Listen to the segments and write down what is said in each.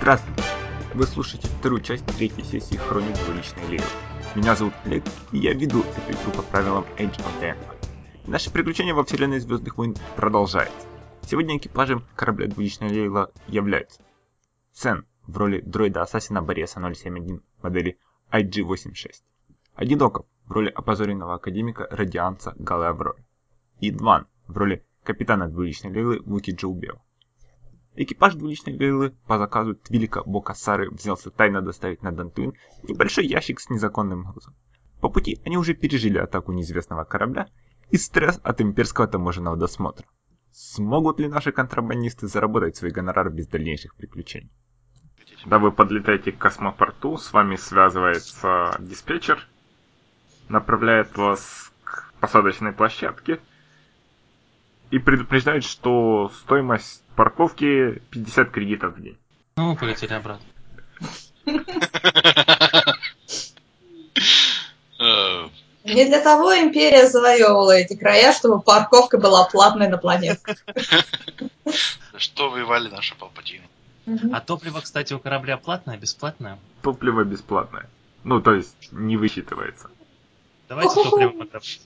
Здравствуйте! Вы слушаете вторую часть третьей сессии Хроник Двуличной Лейлы. Меня зовут Олег, и я веду эту игру по правилам Age of the Empire. Наше приключение во вселенной Звездных войн продолжается. Сегодня экипажем корабля Двуличная Лейла являются Сен в роли дроида-ассасина Бориса 071 модели IG-86, Одиноков в роли опозоренного академика радианца Галы Авроры и Дван в роли капитана Двуличной Лейлы Вуки Джоубео. Экипаж Двуличной Лейлы по заказу Твилика Бокассары взялся тайно доставить на Дантуин небольшой ящик с незаконным грузом. По пути они уже пережили атаку неизвестного корабля и стресс от имперского таможенного досмотра. Смогут ли наши контрабандисты заработать свой гонорар без дальнейших приключений? Когда вы подлетаете к космопорту, с вами связывается диспетчер, направляет вас к посадочной площадке и предупреждает, что стоимость парковки 50 кредитов в день. Ну, мы полетели обратно. Не для того империя завоевывала эти края, чтобы парковка была платной на планетах. Что воевали наши Палпатины? А топливо, кстати, у корабля платное, бесплатное? Топливо бесплатное. Ну, то есть, не высчитывается. Давайте топливо отдавать.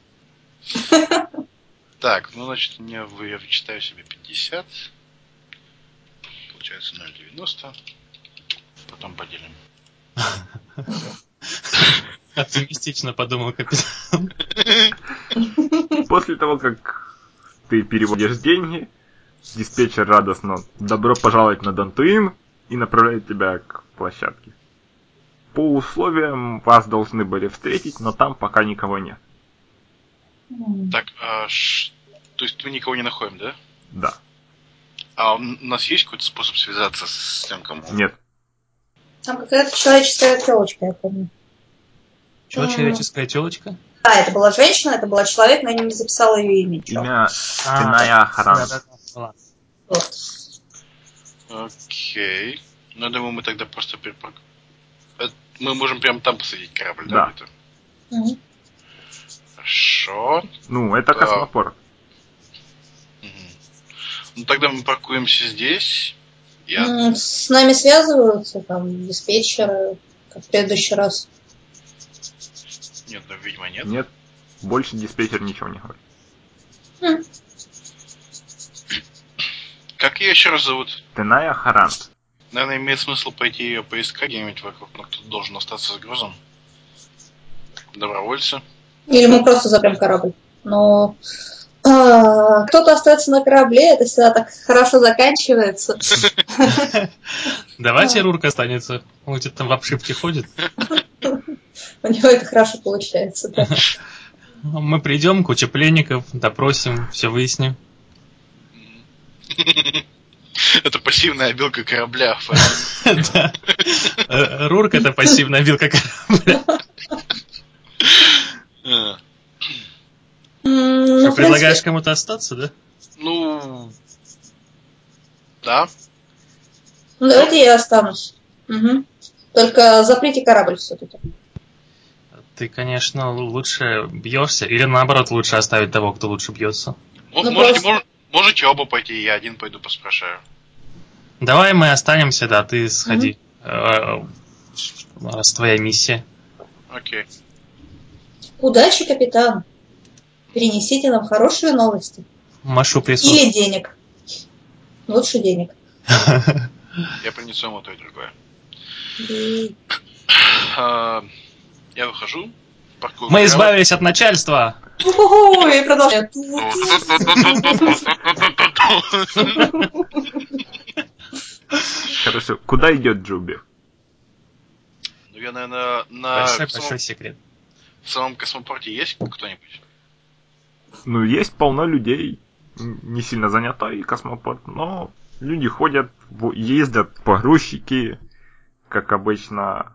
Так, ну, значит, я вычитаю себе 50. Получается 0,90. Потом поделим. Оптимистично подумал капитан. После того, как ты переводишь деньги, диспетчер радостно «Добро пожаловать на Дантуин» и направляет тебя к площадке. По условиям вас должны были встретить, но там пока никого нет. Так, то есть мы никого не находим, да? Да. А у нас есть какой-то способ связаться с тем, кому? Нет. Там какая-то человеческая телочка, я помню. Чего, человеческая телочка? Да, это была женщина, это была человек, но я не записала ее имя. Имя Теная Харан. Да. Вот. Окей. Ну, я думаю, мы тогда просто мы можем прямо там посадить корабль, Да. да? Где-то? Хорошо. Ну, это Да. космопорт. Ну, тогда мы паркуемся здесь. С нами связываются там диспетчеры, как в предыдущий раз. Нет, ну, видимо, нет. Нет. Больше диспетчер ничего не говорит. Как ее еще раз зовут? Теная Харан. Наверное, имеет смысл пойти ее поискать где-нибудь вокруг, но кто-то должен остаться с грузом. Добровольцы. Или мы просто запрем корабль. Но кто-то остается на корабле, это всегда так хорошо заканчивается. Давайте Рурк останется. Он где-то там в обшивке ходит. У него это хорошо получается, да. Мы придем, куча пленников, допросим, все выясним. Это пассивная обилка корабля. Да. Рурк — это пассивная обилка корабля. Что, предлагаешь кому-то остаться, да? Ну, да. Ну, давайте я останусь. Только заприте корабль все-таки. Ты, конечно, лучше бьешься, или наоборот, лучше оставить того, кто лучше бьется. Можете оба пойти, я один пойду поспрашаю. Давай мы останемся, да, ты сходи. Раз твоя миссия. Окей. Удачи, капитан. Перенесите нам хорошие новости. Машу присутствие. Или денег. Лучше денег. Я принесу ему то и другое. И... Я выхожу. Мы избавились от начальства. И продолжаю. Хорошо. Куда идет Джуби? Ну, я, наверное, на Большой секрет. в самом космопорте есть кто-нибудь? Ну, есть полно людей. Не сильно занятой космопорт, но люди ходят, ездят погрузчики, как обычно.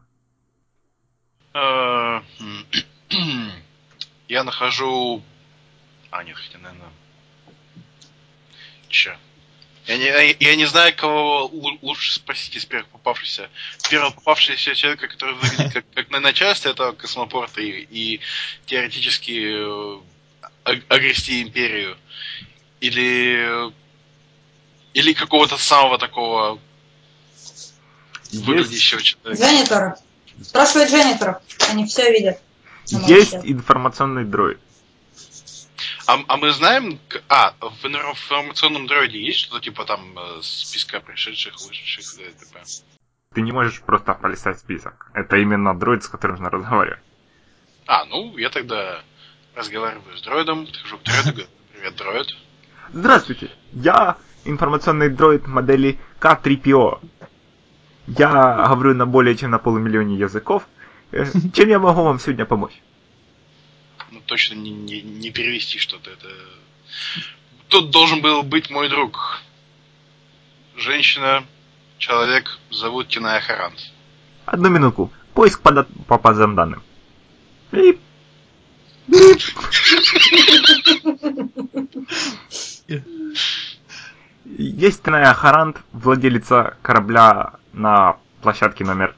Я нахожу... нет, хотя, наверное... Чё? Я не знаю, кого лучше спросить из первых попавшихся. Первого попавшегося человека, который выглядит как на начальстве этого космопорта и теоретически огрести империю. Или какого-то самого такого... выглядящего человека. Дженниторов. Спрашивай дженниторов. Они все видят. Есть информационный дроид. А мы знаем... в информационном дроиде есть что-то типа там списка пришедших, вышедших и т.п.? Ты не можешь просто полистать список. Это именно дроид, с которым нужно разговаривать. Я тогда разговариваю с дроидом, подхожу к дроиду, говорю: привет, дроид. Здравствуйте, я информационный дроид модели K3PO. Я говорю на более чем на 500 000 языков. Чем я могу вам сегодня помочь? Точно не перевести что-то. Это... Тут должен был быть мой друг. Женщина, человек, зовут Киная Харант. Одну минутку. Поиск по базам данным. Есть Киная Харант, владелица корабля на площадке номер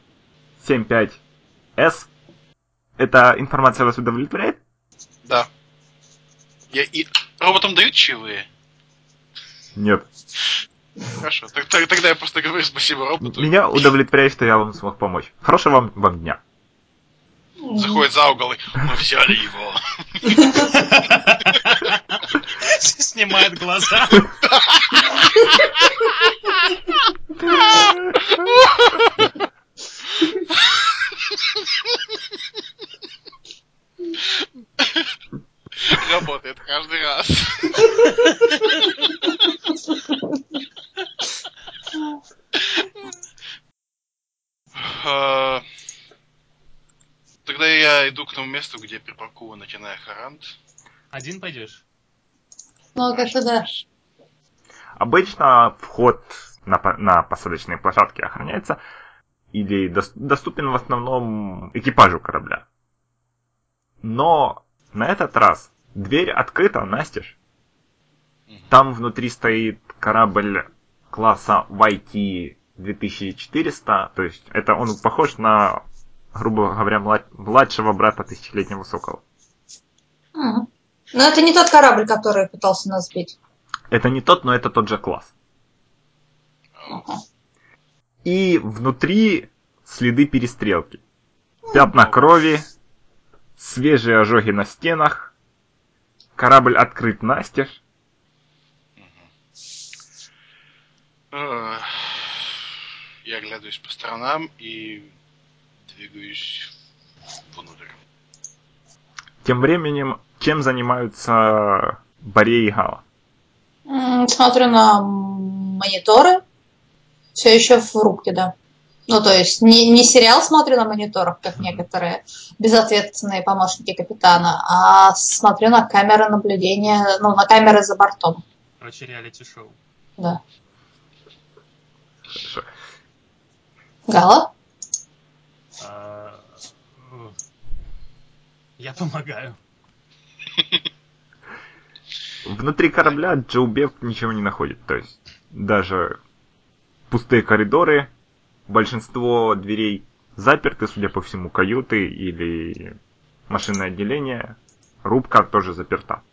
75С. Эта информация вас удовлетворяет? Да. И роботам дают чаевые? Нет. Хорошо. Тогда я просто говорю спасибо роботу. Меня удовлетворяет, что я вам смог помочь. Хорошего вам дня. Заходит за угол и мы взяли его. Снимает глаза. Работает каждый раз. Тогда я иду к тому месту, где припаркована Киная Харант. Один пойдешь? Как-то да. Обычно вход на посадочные площадки охраняется или доступен в основном экипажу корабля. Но на этот раз дверь открыта настежь. Там внутри стоит корабль класса YT-2400, то есть это он похож на, грубо говоря, младшего брата Тысячелетнего Сокола. Но это не тот корабль, который пытался нас сбить. Это не тот, но это тот же класс. И внутри следы перестрелки. Пятна крови, свежие ожоги на стенах, корабль открыт настежь. Я оглядываюсь по сторонам и двигаюсь внутрь. Тем временем, чем занимаются Борей и Гала? Смотрю на мониторы. Все еще в рубке, да. То есть не сериал смотрю на мониторах, как некоторые безответственные помощники капитана, а смотрю на камеры наблюдения, на камеры за бортом. Короче, реалити-шоу. Да. Хорошо. Гала? Я помогаю. Внутри корабля Джоу Беф ничего не находит. То есть даже пустые коридоры, большинство дверей заперты, судя по всему, каюты или машинное отделение. Рубка тоже заперта.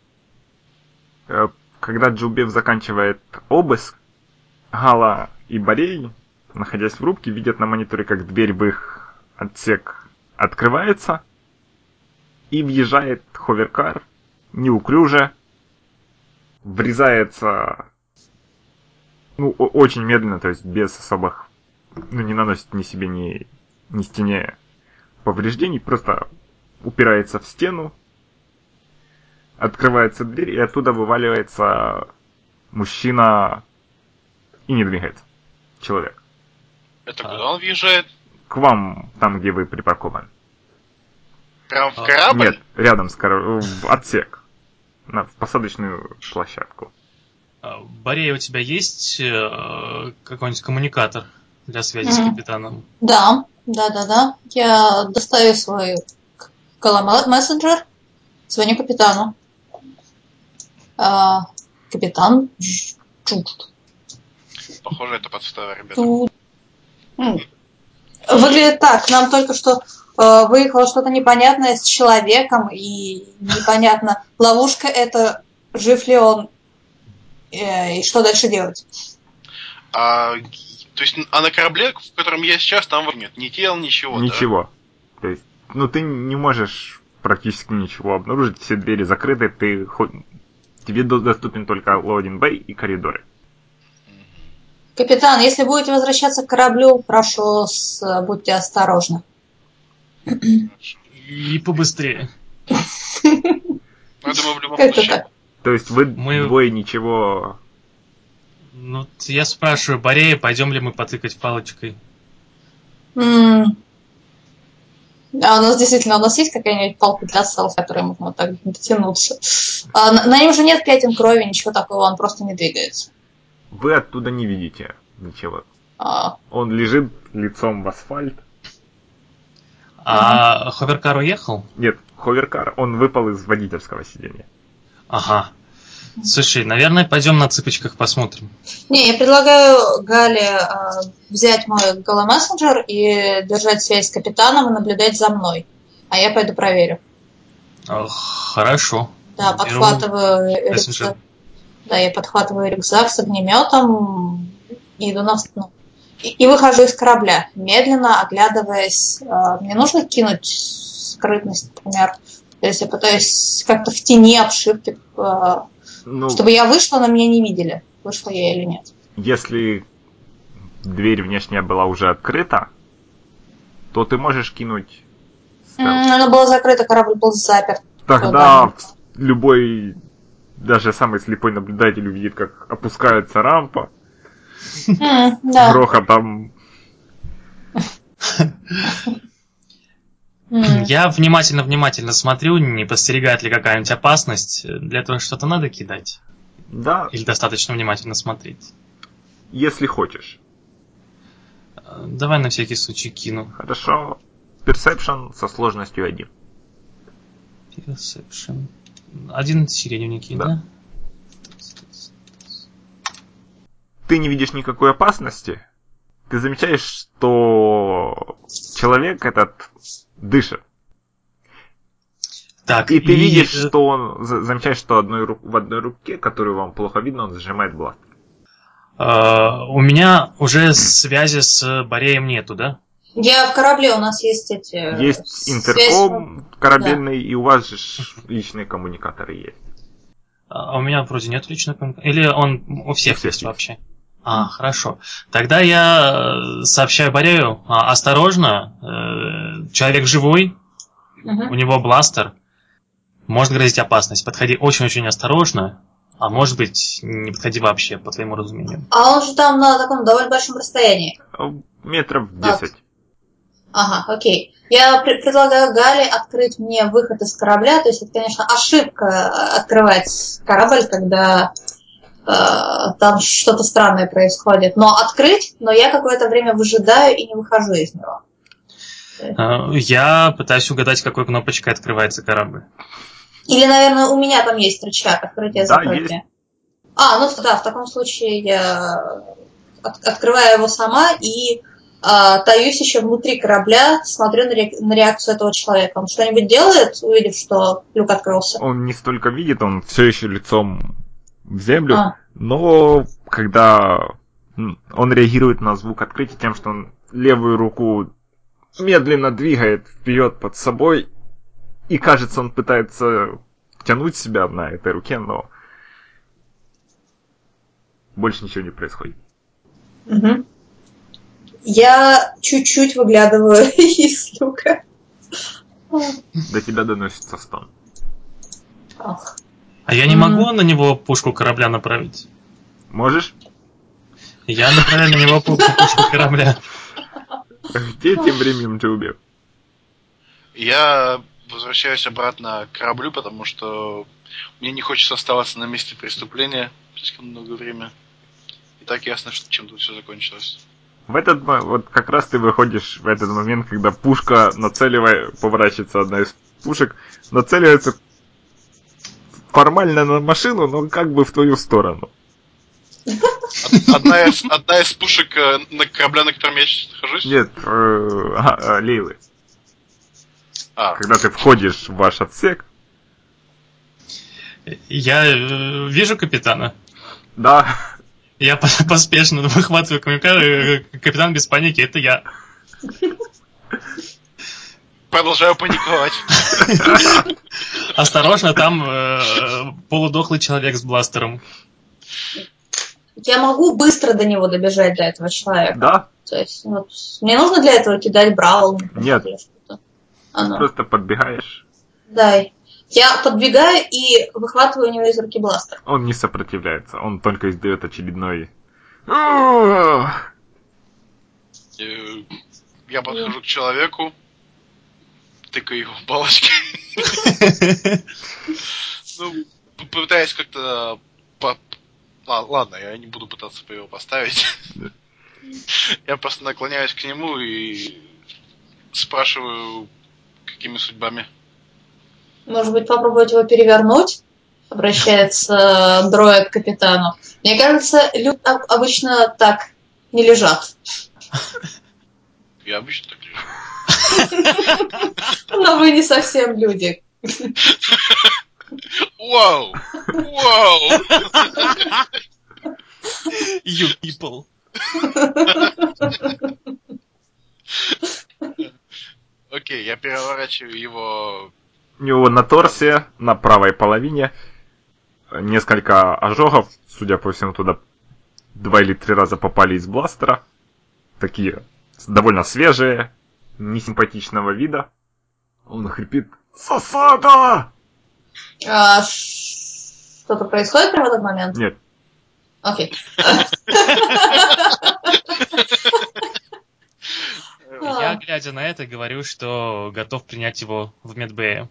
Когда Джоу Беф заканчивает обыск, Гала и Борей, находясь в рубке, видят на мониторе, как дверь в их отсек открывается, и въезжает ховеркар неуклюже, врезается очень медленно, то есть без особых, не наносит ни себе, ни стене повреждений, просто упирается в стену, открывается дверь, и оттуда вываливается мужчина и не двигается. Человек. Это куда он въезжает? К вам, там, где вы припаркованы. Прям в корабль? Нет, рядом с в отсек. В посадочную площадку. Борей, у тебя есть какой-нибудь коммуникатор для связи с капитаном? Да. Я достаю свой мессенджер, звоню капитану. Капитан. Похоже, это подстава, ребята. Выглядит так. Нам только что выехало что-то непонятное с человеком, и непонятно, ловушка это, жив ли он, и что дальше делать. То То есть, а на корабле, в котором я сейчас, там нет ни тел, ничего, Ничего. Да? То есть, ты не можешь практически ничего обнаружить, все двери закрыты, тебе доступен только лоудинг-бэй и коридоры. Капитан, если будете возвращаться к кораблю, прошу, будьте осторожны. И побыстрее. Я думаю, в любом Как-то случае. так. То есть вы двое ничего... Ну, я спрашиваю Борея, пойдем ли мы потыкать палочкой? А у нас есть какая-нибудь палка для селфи, которой можно вот так дотянуться? На нем же нет пятен крови, ничего такого, он просто не двигается. Вы оттуда не видите ничего. Он лежит лицом в асфальт. А ховеркар уехал? Нет, ховеркар, он выпал из водительского сиденья. Ага. Слушай, наверное, пойдем на цыпочках посмотрим. Не, я предлагаю Гале взять мой голомессенджер и держать связь с капитаном и наблюдать за мной. А я пойду проверю. Хорошо. Да, подхватываю рюкзак. Да, я подхватываю рюкзак с огнеметом и иду на... И выхожу из корабля, медленно оглядываясь. Мне нужно кинуть скрытность, например. То есть я пытаюсь как-то в тени обшивки, чтобы я вышла, но меня не видели. Вышла я или нет. Если дверь внешняя была уже открыта, то ты можешь кинуть... Она была закрыта, корабль был заперт. Тогда любой, даже самый слепой наблюдатель увидит, как опускается рампа. С грохотом. Я внимательно смотрю, не подстерегает ли какая-нибудь опасность. Для этого что-то надо кидать? Да. Или достаточно внимательно смотреть? Если хочешь. Давай на всякий случай кину. Хорошо. Perception со сложностью 1. Perception. 1 сиреневенький, да? Ты не видишь никакой опасности. Ты замечаешь, что человек этот дышит. Так, и ты видишь, что он... Замечаешь, что в одной руке, которую вам плохо видно, он зажимает бластер. У меня уже связи с Бореем нету, да? Я в корабле, у нас есть эти... Есть интерком корабельный, и у вас же личные коммуникаторы есть. А у меня вроде нет личных коммуникаторов. Или он у всех есть вообще? Хорошо. Тогда я сообщаю Борею, осторожно, человек живой, у него бластер, может грозить опасность. Подходи очень-очень осторожно, а может быть, не подходи вообще, по твоему разумению. А он же там на таком довольно большом расстоянии. Метров 10. Ага, окей. Я предлагаю Гале открыть мне выход из корабля. То есть это, конечно, ошибка открывать корабль, когда там что-то странное происходит. Но открыть, но я какое-то время выжидаю и не выхожу из него. Я пытаюсь угадать, какой кнопочкой открывается корабль. Или, наверное, у меня там есть рычаг открытия-закрытия. Ну да, в таком случае я открываю его сама и таюсь еще внутри корабля, смотрю на реакцию этого человека. Он что-нибудь делает, увидев, что люк открылся? Он не столько видит, он все еще лицом в землю, но когда он реагирует на звук открытия тем, что он левую руку медленно двигает вперед под собой, и кажется, он пытается тянуть себя на этой руке, но больше ничего не происходит. Угу. Я чуть-чуть выглядываю из люка. До тебя доносится стон. А я не могу на него пушку корабля направить? Можешь? Я направляю на него пушку корабля. Где тем временем ты убил? Я возвращаюсь обратно к кораблю, потому что мне не хочется оставаться на месте преступления слишком много времени. И так ясно, что чем тут все закончилось. В этот вот как раз ты выходишь в этот момент, когда пушка поворачивается одна из пушек, нацеливается формально на машину, но как бы в твою сторону. Одна из пушек на корабля, на котором я сейчас нахожусь? Нет, Лейлы. Когда ты входишь в ваш отсек. Я вижу капитана. Да. Я поспешно выхватываю коммуникатор. Капитан, без паники, это я. Продолжаю паниковать. Осторожно, там полудохлый человек с бластером. Я могу быстро до него добежать, до этого человека. Да? То есть, вот, мне нужно для этого кидать браул, например, Нет. или что-то. Ты просто подбегаешь. Дай. Я подбегаю и выхватываю у него из руки бластер. Он не сопротивляется, он только издает очередной... Я подхожу к человеку, тыкаю его палочкой. Ну, пытаюсь как-то... Ладно, я не буду пытаться его поставить. Я просто наклоняюсь к нему и спрашиваю, какими судьбами. Может быть, попробовать его перевернуть? Обращается дроид к капитану. Мне кажется, люди обычно так не лежат. Я обычно так лежу. Но вы не совсем люди. Вау! Вау! You people. Окей, я переворачиваю его... У него на торсе, на правой половине, несколько ожогов. Судя по всему, туда 2 или 3 раза попали из бластера. Такие довольно свежие, несимпатичного вида. Он хрипит: «Засада!» Что-то происходит прямо в этот момент? Нет. Окей. Я, глядя на это, говорю, что готов принять его в медбэе.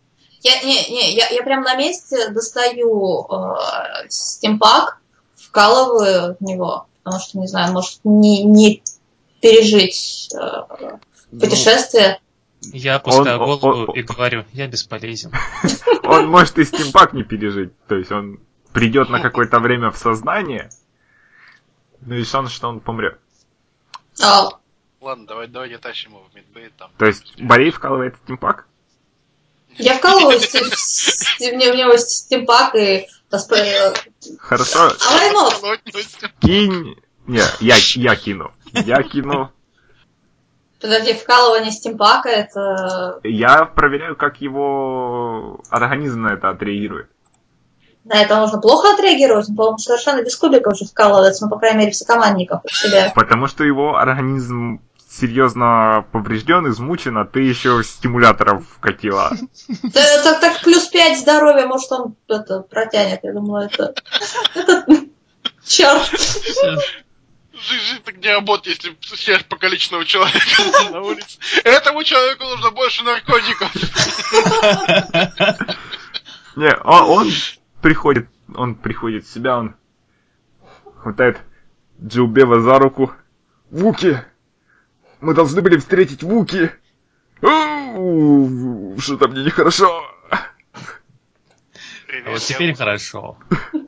Я прям на месте достаю стимпак, вкалываю в него, потому что, не знаю, может не пережить путешествие. Я опускаю голову и говорю, я бесполезен. Он может и стимпак не пережить. То есть он придет на какое-то время в сознание, но и шанс, что он помрет. Ладно, давай не тащим его в медбэй там. То есть Борей вкалывает стимпак? Я вкалываю в него стимпак и... Хорошо. Кинь... Не, я кину. Я кину. Подожди, вкалывание стимпака это... Я проверяю, как его организм на это отреагирует. На это можно плохо отреагировать, он, по-моему, совершенно без кубиков уже вкалывается, но, по крайней мере, всекомандников у себя. Потому что его организм серьезно поврежден, измучен, а ты еще стимуляторов вкатила. Так плюс 5 здоровья, может, он это протянет, я думаю, это... Черт! Жизнь так не работает, если съешь покалеченного человека на улице. Этому человеку нужно больше наркотиков. Не, он приходит в себя, он хватает Джилбева за руку. «Вуки! Мы должны были встретить Вуки! Что-то мне нехорошо!» А вот теперь хорошо.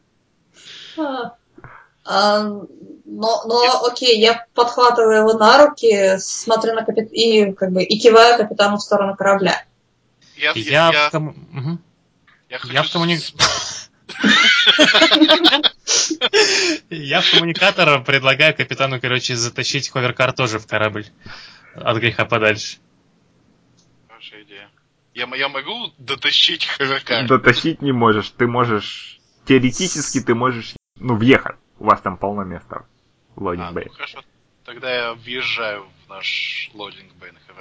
Но окей, я подхватываю его на руки, смотрю на и киваю капитану в сторону корабля. Я в коммуникатор предлагаю капитану, затащить ховеркар тоже в корабль. От греха подальше. Хорошая идея. Я могу дотащить ховеркар? Дотащить не можешь. Ты можешь... Теоретически ты можешь, въехать. У вас там полно места в лодинг-бэй. Ну хорошо. Тогда я въезжаю в наш лодинг-бэй на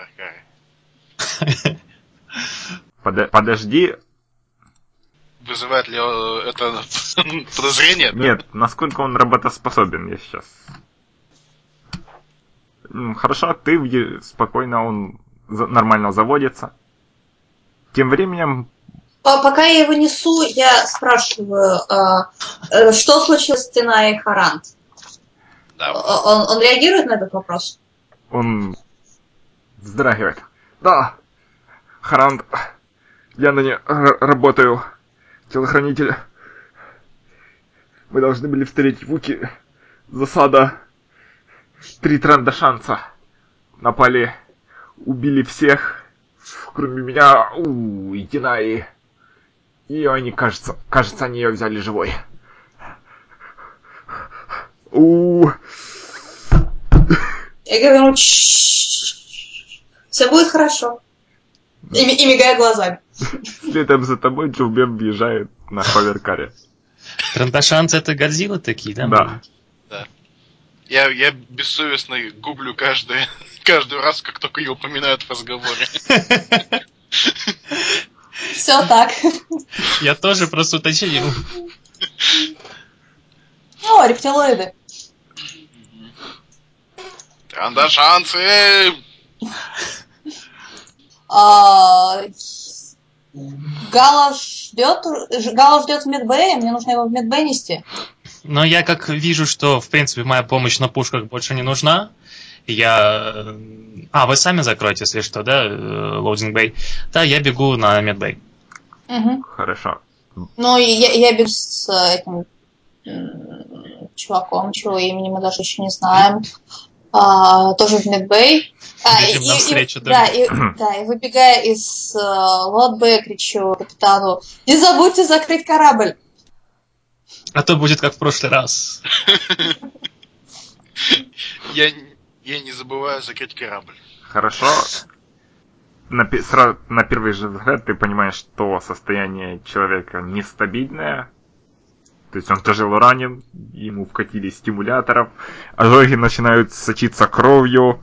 ховеркаре. Подожди. Вызывает ли это подозрение? Нет, насколько он работоспособен, я сейчас. Хорошо, ты спокойно, он нормально заводится. Тем временем... Пока я его несу, я спрашиваю, что случилось с Тиной и Харант? Да. Он реагирует на этот вопрос? Он вздрагивает. Да, Харант, я на ней работаю, телохранитель. Мы должны были встретить Вуки. Засада. 3 трандашанца напали, убили всех, кроме меня, и Тинаи. И они, кажется, они ее взяли живой. Я говорю, все будет хорошо. И мигая глазами. Следом за тобой Джулбен въезжает на ховеркаре. Карандашанцы это Годзиллы такие, да? Да. Да. Я бессовестно гуглю каждый раз, как только ее упоминают в разговоре. Все так. Я тоже просто уточнил. Ну, рептилоиды. Карандашанцы! Гала ждет в медбэе, мне нужно его в медбэй нести. Но я как вижу, что, в принципе, моя помощь на пушках больше не нужна. Вы сами закроете, если что, да, лоудинг бэй? Да, я бегу на медбэй. Угу. Хорошо. Ну, я бегу с этим чуваком, чего имени мы даже еще не знаем. Тоже в медбэй. Бежим навстречу, да. И выбегая из лотбэя, кричу капитану: не забудьте закрыть корабль! А то будет как в прошлый раз. Я не забываю закрыть корабль. Хорошо. На первый же взгляд ты понимаешь, что состояние человека нестабильное. То есть он тяжело ранен, ему вкатили стимуляторов, ожоги начинают сочиться кровью.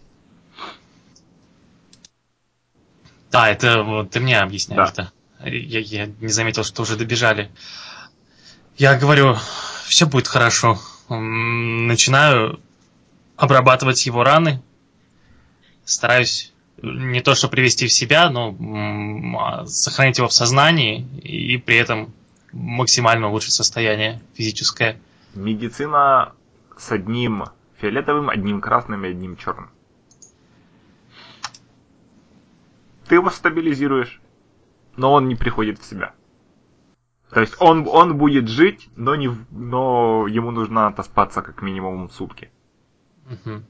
Да, это вот ты мне объясняешь, Да. Я не заметил, что уже добежали. Я говорю, все будет хорошо. Начинаю обрабатывать его раны. Стараюсь не то что привести в себя, но сохранить его в сознании и при этом максимально улучшить состояние физическое. Медицина с одним фиолетовым, одним красным и одним черным. Ты его стабилизируешь, но он не приходит в себя. То есть он будет жить, но ему нужно отоспаться как минимум сутки. Угу.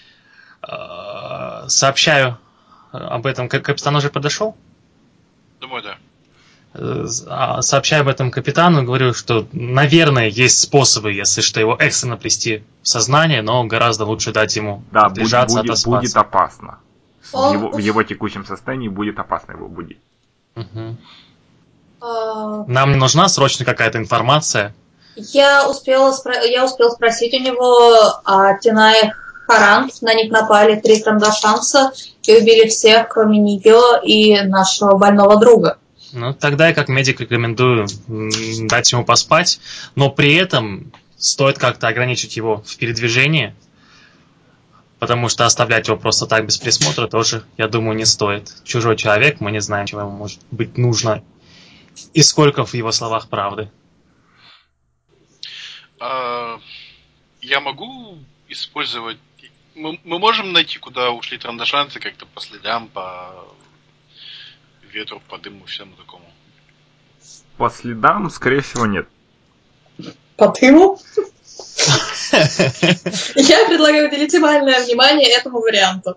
Сообщаю об этом, как капитан уже подошел. Думаю, да. Сообщаю об этом капитану, говорю, что, наверное, есть способы, если что, его экстренно привести в сознание, но гораздо лучше дать ему отлежаться, отоспаться. Будет опасно. В его текущем состоянии будет опасно его будить. Угу. Нам не нужна срочно какая-то информация. Я успел спросить у него о Тинае Харанг. На них напали 3 карандашанца и убили всех, кроме нее и нашего больного друга. Ну, тогда я как медик рекомендую дать ему поспать, но при этом стоит как-то ограничить его в передвижении, потому что оставлять его просто так без присмотра тоже, я думаю, не стоит. Чужой человек, мы не знаем, чего ему может быть нужно и сколько в его словах правды. Я могу использовать... Мы можем найти, куда ушли трандашанцы, как-то по следам, по ветру, по дыму, всему такому? По следам, скорее всего, нет. По дыму? Я предлагаю уделить максимальное внимание этому варианту.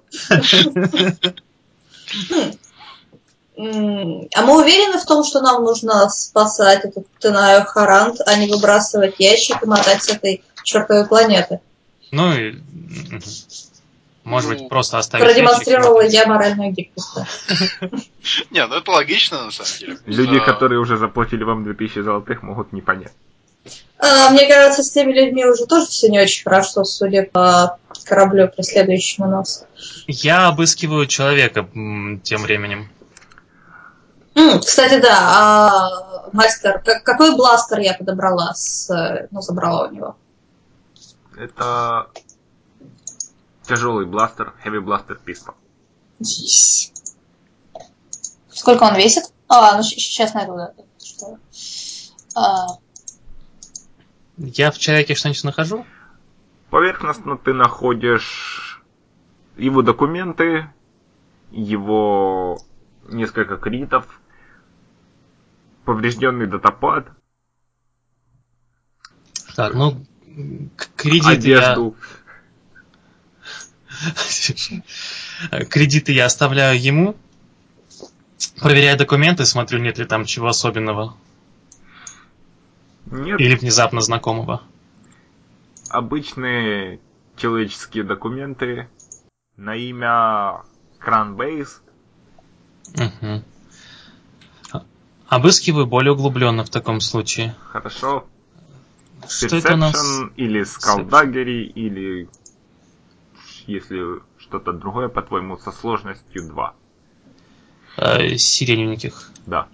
А мы уверены в том, что нам нужно спасать эту Тинаю Харанг, а не выбрасывать ящик и мотать с этой чертовой планеты? Ну и... Может быть, просто оставить Продемонстрировала я моральную гибкость. Не, ну это логично, на самом деле. Люди, которые уже заплатили вам 2000 золотых, могут не понять. Мне кажется, с теми людьми уже тоже все не очень хорошо, судя по кораблю, преследующему нас. Я обыскиваю человека тем временем. Кстати, да, мастер, какой бластер я подобрала, забрала у него? Это тяжелый бластер, Heavy Blaster Pistol. Yes. Сколько он весит? Ну сейчас найду, да. Я в человеке что-нибудь нахожу? Поверхностно ты находишь его документы, его несколько кредитов, поврежденный датапад. Так, кредиты одежду. Кредиты я оставляю ему. Проверяю документы, смотрю, нет ли там чего особенного. Нет. Или внезапно знакомого. обычные человеческие документы на имя Кранбейс. Угу. Обыскиваю более углубленно в таком случае. Хорошо. Что это у нас? Perception или Skullduggery, или если что-то другое, по-твоему, со сложностью 2. Сиреневеньких. Да.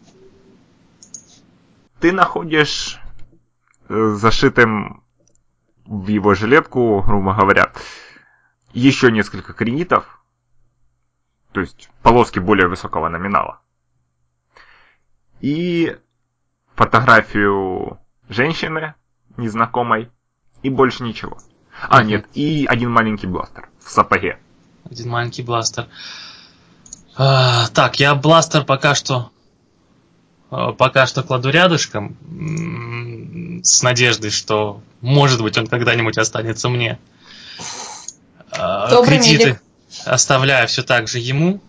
Ты находишь зашитым в его жилетку, грубо говоря, еще несколько кредитов, то есть полоски более высокого номинала. И фотографию женщины незнакомой, и больше ничего. Нет, и один маленький бластер в сапоге. Один маленький бластер. Так, я бластер пока что кладу рядышком, с надеждой, что, может быть, он когда-нибудь останется мне. Добрый Кредиты медик. оставляю все так же ему.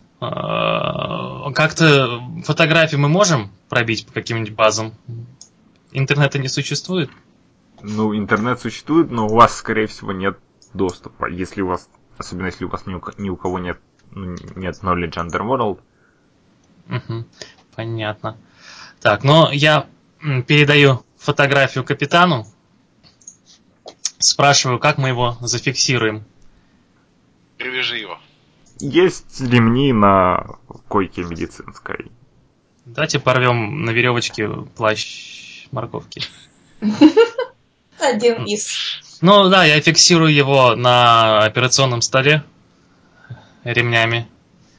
Как-то фотографии мы можем пробить по каким-нибудь базам? Интернета не существует? Ну, интернет существует, но у вас, скорее всего, нет доступа. Если у вас, особенно если у вас ни у кого нет Knowledge Underworld. Угу, понятно. Так, но я передаю фотографию капитану, спрашиваю, как мы его зафиксируем. Привяжи его. Есть ремни на койке медицинской. Давайте порвем на веревочке плащ морковки. Один из. Ну да, я фиксирую его на операционном столе ремнями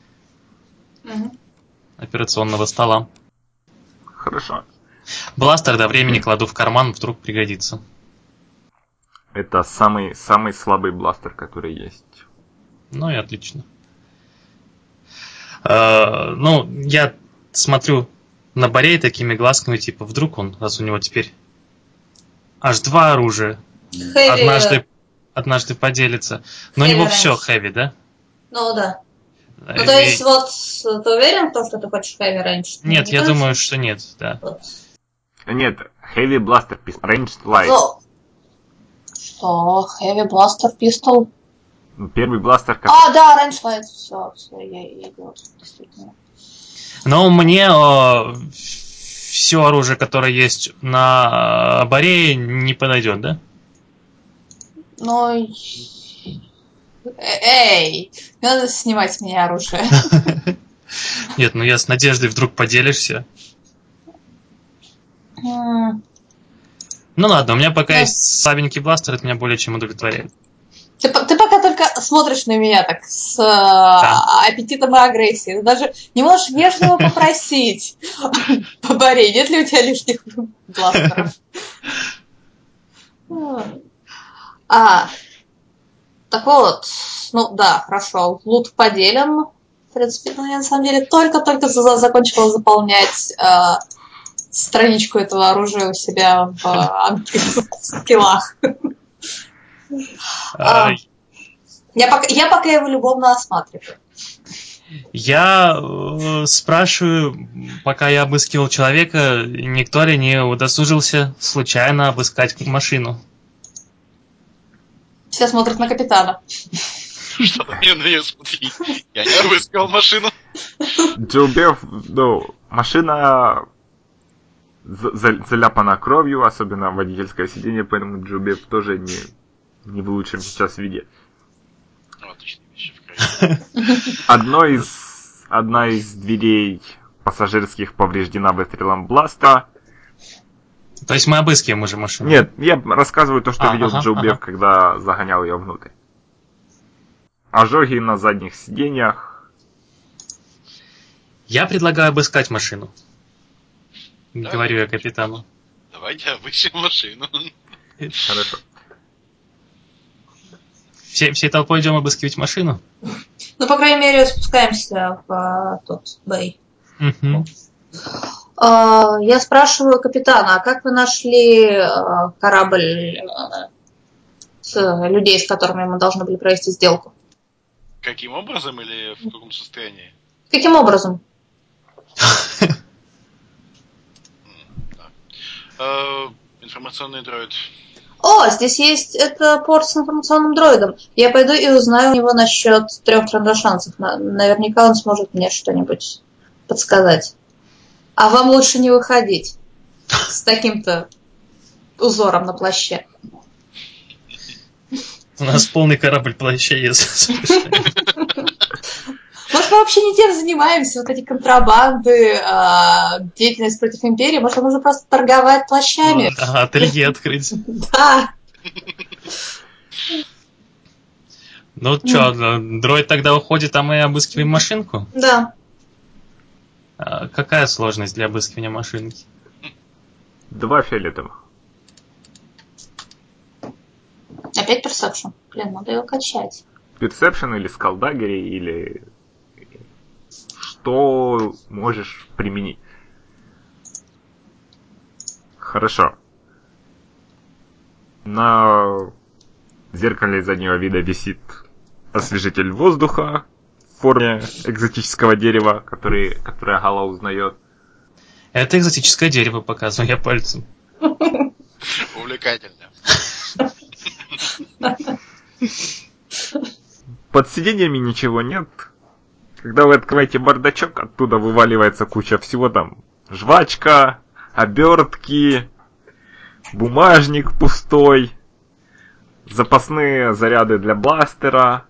операционного стола. Хорошо. Бластер до времени кладу в карман, вдруг пригодится. Это самый слабый бластер, который есть. Ну и отлично. Ну, я смотрю на Борей такими глазками, типа, вдруг он, раз у него теперь аж 2 оружия, однажды поделится. Но у него все хэви, да? Ну да. Ну то есть вот ты уверен в том, что ты хочешь heavy range? Нет, я думаю, что нет, да. Вот. Нет, Heavy Blaster Ranged Light. Ну, что? Heavy Blaster Pistol? Первый бластер как... Да, Range Light. Все, я идиот, действительно. Но мне все оружие, которое есть на Борее, не подойдет, да? Ну, эй, не надо снимать с меня оружие. Нет, ну я с надеждой вдруг поделишься. Ну ладно, у меня пока есть слабенький бластер, это меня более чем удовлетворяет. Ты пока только смотришь на меня так с аппетитом и агрессией. Ты даже не можешь вежливо попросить. Поборей, нет ли у тебя лишних бластеров? Так вот, ну да, хорошо, лут поделен. В принципе, ну, я на самом деле только закончила заполнять страничку этого оружия у себя в скиллах. Я пока его любовно осматриваю. Я спрашиваю, пока я обыскивал человека, никто ли не удосужился случайно обыскать машину. Все смотрят на капитана. Что мне на нее смотреть? Я не обыскал машину. Джилбеф, ну, машина заляпана кровью, особенно водительское сиденье, поэтому Джилбеф тоже не в лучшем сейчас виде. Отличная вещь в крови. Одна из дверей пассажирских повреждена выстрелом бласта. То есть мы обыскиваем уже машину? Нет, я рассказываю то, что видел Джилбеф, когда загонял ее внутрь. Ожоги на задних сиденьях. Я предлагаю обыскать машину. Да. Говорю я капитану. Давайте обыщем машину. Хорошо. Всей толпой идем обыскивать машину? Ну, по крайней мере, спускаемся в тот бэй. Я спрашиваю капитана, а как вы нашли корабль с людей, с которыми мы должны были провести сделку? Каким образом или в каком состоянии? Каким образом? Информационный дроид. О, здесь есть это порт с информационным дроидом. Я пойду и узнаю у него насчет 3 трандошансов. Наверняка он сможет мне что-нибудь подсказать. А вам лучше не выходить с таким-то узором на плаще. У нас полный корабль плаща, если Может, мы вообще не тем занимаемся, вот эти контрабанды, деятельность против империи. Может, нужно просто торговать плащами. Ага, ателье открыть. Да. Ну что, дроид тогда уходит, а мы обыскиваем машинку? Да. Какая сложность для обыскивания машинки? 2 фиолетовых. Опять персепшн. Блин, надо его качать. Персепшн или скалдагери, или что можешь применить. Хорошо. На зеркале заднего вида висит освежитель воздуха в форме экзотического дерева, которое Гала узнает. Это экзотическое дерево, показываю я пальцем. Увлекательно. Под сиденьями ничего нет. Когда вы открываете бардачок, оттуда вываливается куча всего там. Жвачка, обертки, бумажник пустой, запасные заряды для бластера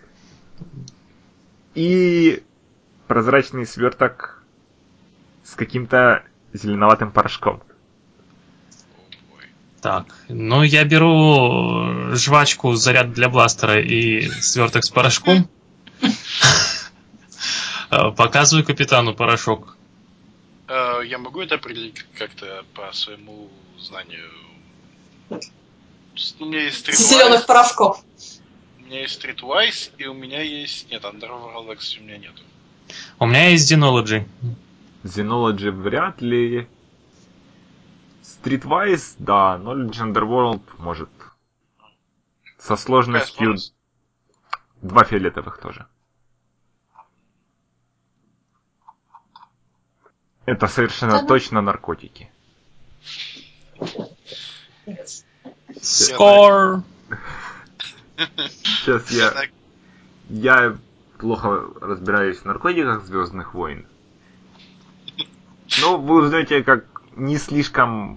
и прозрачный сверток с каким-то зеленоватым порошком. Так, ну я беру жвачку, заряд для бластера и сверток с порошком. Показываю капитану порошок. Я могу это определить как-то по своему знанию? У меня есть Зеленых Streetwise, порошков. у меня есть Streetwise, и у меня есть... Нет, Underworld X у меня нету. У меня есть Xenology. Xenology вряд ли. Streetwise, да, но Legendary World может. Со сложностью 2 фиолетовых тоже. Это совершенно точно наркотики. Скор! Сейчас я плохо разбираюсь в наркотиках Звездных войн. Но вы узнаете, как не слишком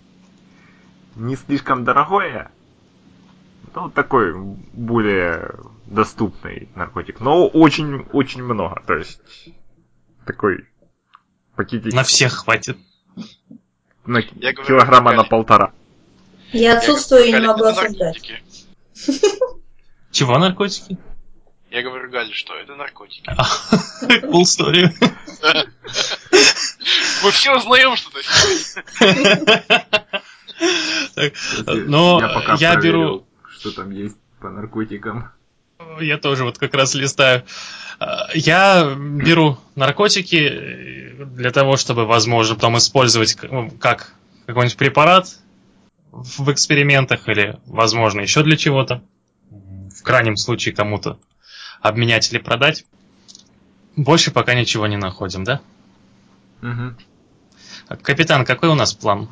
дорогое. Ну, такой более доступный наркотик. Но очень много. То есть такой пакетик На всех хватит. на килограмма на 1,5. Я отсутствую и не могу осуждать. Чего наркотики? Я говорю Гале, что это наркотики. Cool story. Мы все узнаем что-то сегодня. Но я пока я проверю, беру... что там есть по наркотикам. Я тоже вот как раз листаю. Я беру наркотики для того, чтобы, возможно, потом использовать как какой-нибудь препарат в экспериментах или, возможно, еще для чего-то. В крайнем случае кому-то обменять или продать. Больше пока ничего не находим, да? Угу. Капитан, какой у нас план?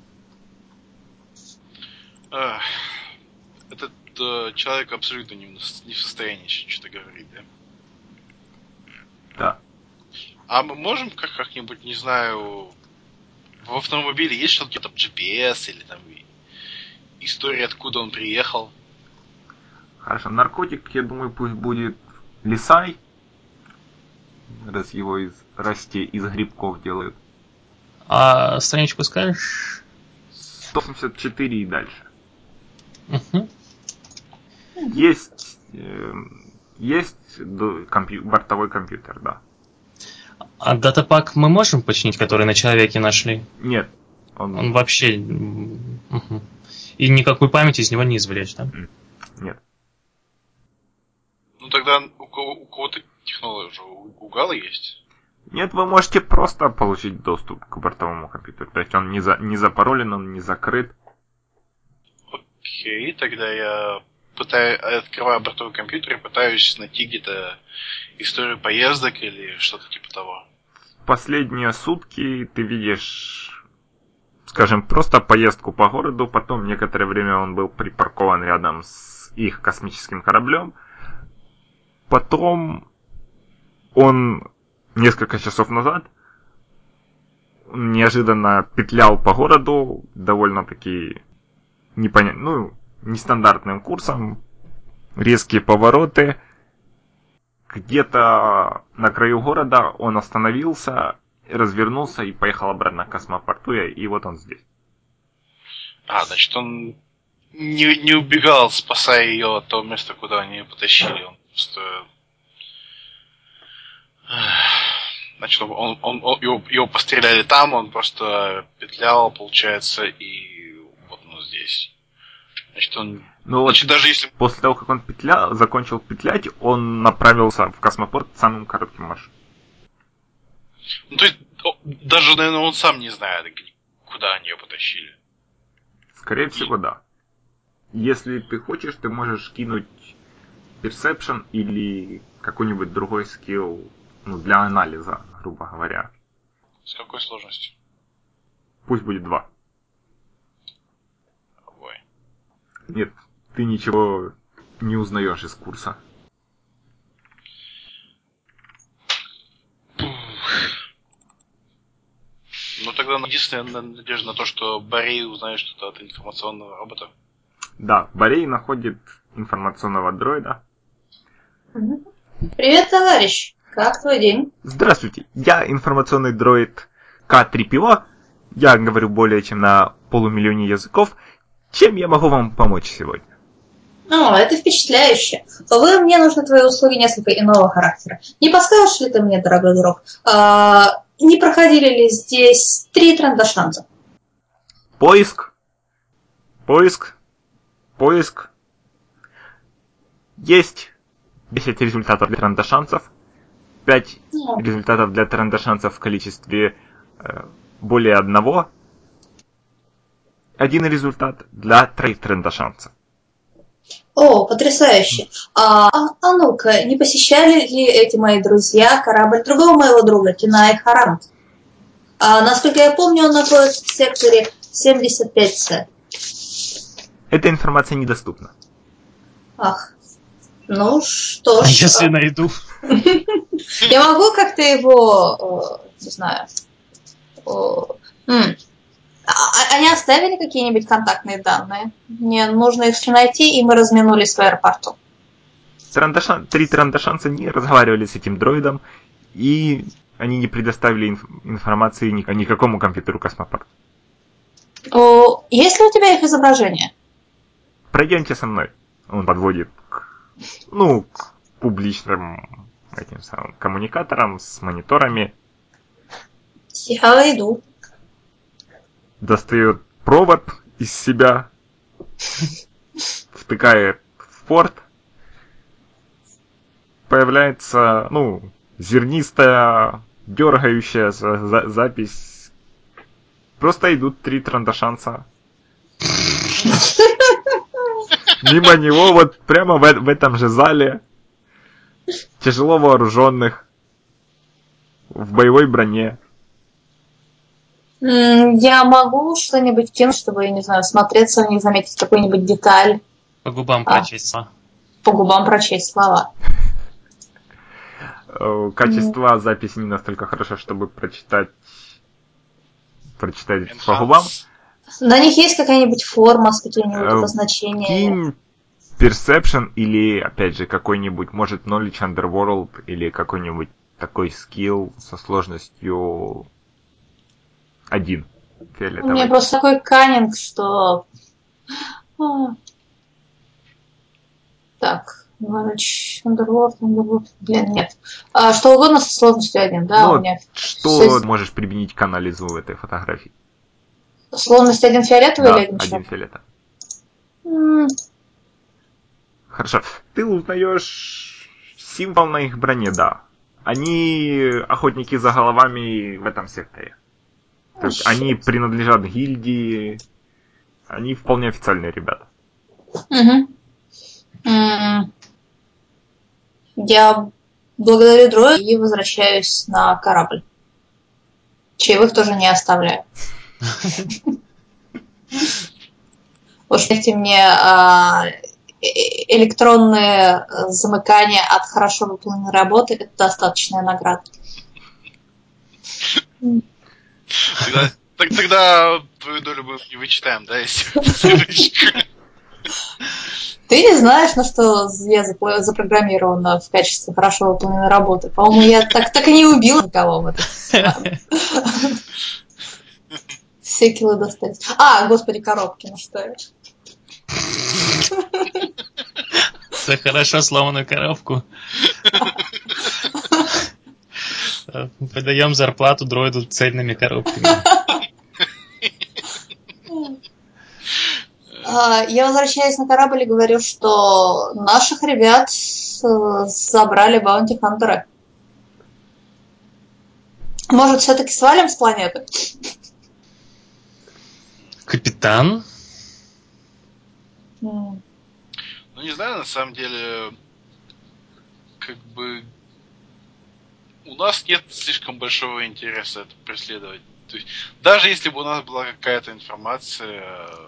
Этот человек абсолютно не в состоянии что-то говорить, да? Да. А мы можем как-нибудь, не знаю, в автомобиле есть что-то там GPS или там история, откуда он приехал? Хорошо, наркотик, я думаю, пусть будет лисай. Раз его из грибков делают. А страничку скажешь? 184 и дальше. Угу. Есть бортовой компьютер, да. А датапак мы можем починить, который на человеке нашли? Нет. Он вообще... Угу. И никакой памяти из него не извлечь, да? Нет. Ну тогда у кого-то технология уже у Гала есть? Нет, вы можете просто получить доступ к бортовому компьютеру. То есть он не запаролен, он не закрыт. Окей, тогда я открываю бортовой компьютер и пытаюсь найти где-то историю поездок или что-то типа того. Последние сутки ты видишь скажем, просто поездку по городу, потом некоторое время он был припаркован рядом с их космическим кораблем, потом он несколько часов назад неожиданно петлял по городу довольно-таки нестандартным курсом, резкие повороты. Где-то на краю города он остановился, развернулся и поехал обратно к космопорту, и вот он здесь. Значит, он не убегал, спасая ее от того места, куда они ее потащили. Он просто... Значит, его постреляли там, он просто петлял, получается, и вот он здесь. Значит, даже если... После того, как он закончил петлять, он направился в космопорт самым коротким маршрутом. То есть, даже, наверное, он сам не знает, куда они ее потащили. Скорее всего, да. Если ты хочешь, ты можешь кинуть Perception или какой-нибудь другой скилл для анализа, грубо говоря. С какой сложностью? Пусть будет 2. Ой. Нет, ты ничего не узнаешь из курса. Тогда единственная надежда на то, что Борей узнает что-то от информационного робота. Да, Борей находит информационного дроида. Привет, товарищ. Как твой день? Здравствуйте, я информационный дроид К3ПО. Я говорю более чем на 500 000 языков. Чем я могу вам помочь сегодня? Это впечатляюще. Увы, мне нужны твои услуги несколько иного характера. Не подскажешь ли ты мне, дорогой друг, не проходили ли здесь 3 трандашанца? Поиск. Есть 10 результатов для трандашанцев. 5 результатов для трандашанцев в количестве более 1. 1 результат для 3 трандашанцев. О, потрясающе. Ну-ка, не посещали ли эти мои друзья корабль другого моего друга, Кинай Харант? Насколько я помню, он находится в секторе 75С. Эта информация недоступна. Ах, ну что ж. Если найду. Я могу как-то его, не знаю... Они оставили какие-нибудь контактные данные? Мне нужно их найти, и мы разминулись в аэропорту. 3 трандашанца не разговаривали с этим дроидом, и они не предоставили информации никакому компьютеру космопорта. Есть ли у тебя их изображение? Пройдемте со мной. Он подводит к публичным этим самым коммуникаторам с мониторами. Я иду. Достает провод из себя, втыкает в порт. Появляется, зернистая, дергающаяся запись. Просто идут 3 трандашанца. Мимо него, вот прямо в этом же зале, тяжело вооруженных, в боевой броне. Я могу что-нибудь кинуть, чтобы, я не знаю, смотреться в них, заметить какую-нибудь деталь. По губам прочесть слова. По губам прочесть слова. Качество записи не настолько хорошо, чтобы прочитать по губам. На них есть какая-нибудь форма с какими-нибудь обозначениями? Кинь Perception или, опять же, какой-нибудь, может, Knowledge Underworld или какой-нибудь такой скилл со сложностью 1. Фиолетовый. У меня просто такой каннинг, что... Так, Knowledge Underworld, блин, нет. Что угодно со сложностью 1, да, у меня... Что можешь применить к анализу этой фотографии? Сложность 1 фиолетовый или 1 1 черный? фиолетовый. Хорошо. Ты узнаешь символ на их броне, да. Они охотники за головами в этом секторе. То есть они принадлежат гильдии. Они вполне официальные ребята. Я благодарю дроида и возвращаюсь на корабль. Чаевых тоже не оставляю. Уж верьте мне, электронные замыкания от хорошо выполненной работы — это достаточная награда. Тогда твою долю мы не вычитаем, да, если... Ты не знаешь, на что я запрограммирована в качестве хорошо выполненной работы. По-моему, я так и не убила никого в этом. Все кило достать. Господи, коробки, ну что я. За хорошо сломанную коробку. Подаем зарплату дроиду цельными коробками. Я возвращаюсь на корабль и говорю, что наших ребят забрали баунти-хантеры. Может, все-таки свалим с планеты? Капитан? Ну, не знаю, на самом деле, как бы у нас нет слишком большого интереса это преследовать. То есть, даже если бы у нас была какая-то информация,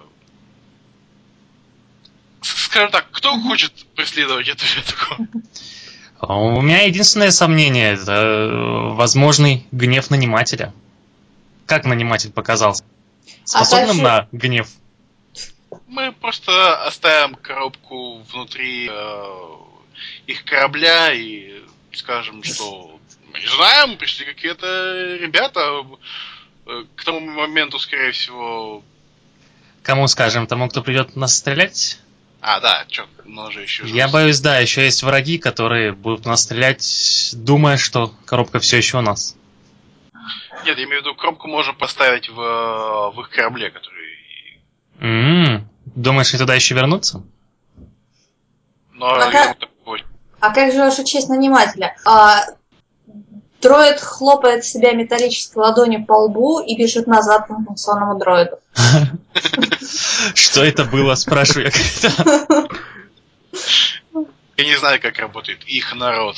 скажем так, кто хочет преследовать эту ветку? У меня единственное сомнение — это возможный гнев нанимателя. Как наниматель показался? Способным на гнев? Мы просто оставим коробку внутри их корабля и скажем, что мы не знаем, пришли какие-то ребята. К тому моменту, скорее всего... Кому скажем? Тому, кто придет нас стрелять? Да, чё, но же еще... Я боюсь, да, еще есть враги, которые будут нас стрелять, думая, что коробка все еще у нас. Нет, я имею в виду, коробку можно поставить в их корабле, который... Думаешь, они туда еще вернутся? Как же ваша честь нанимателя? Дроид хлопает себя металлической ладонью по лбу и бежит назад к информационному дроиду. Что это было, спрашиваю я, капитан. Я не знаю, как работает их народ.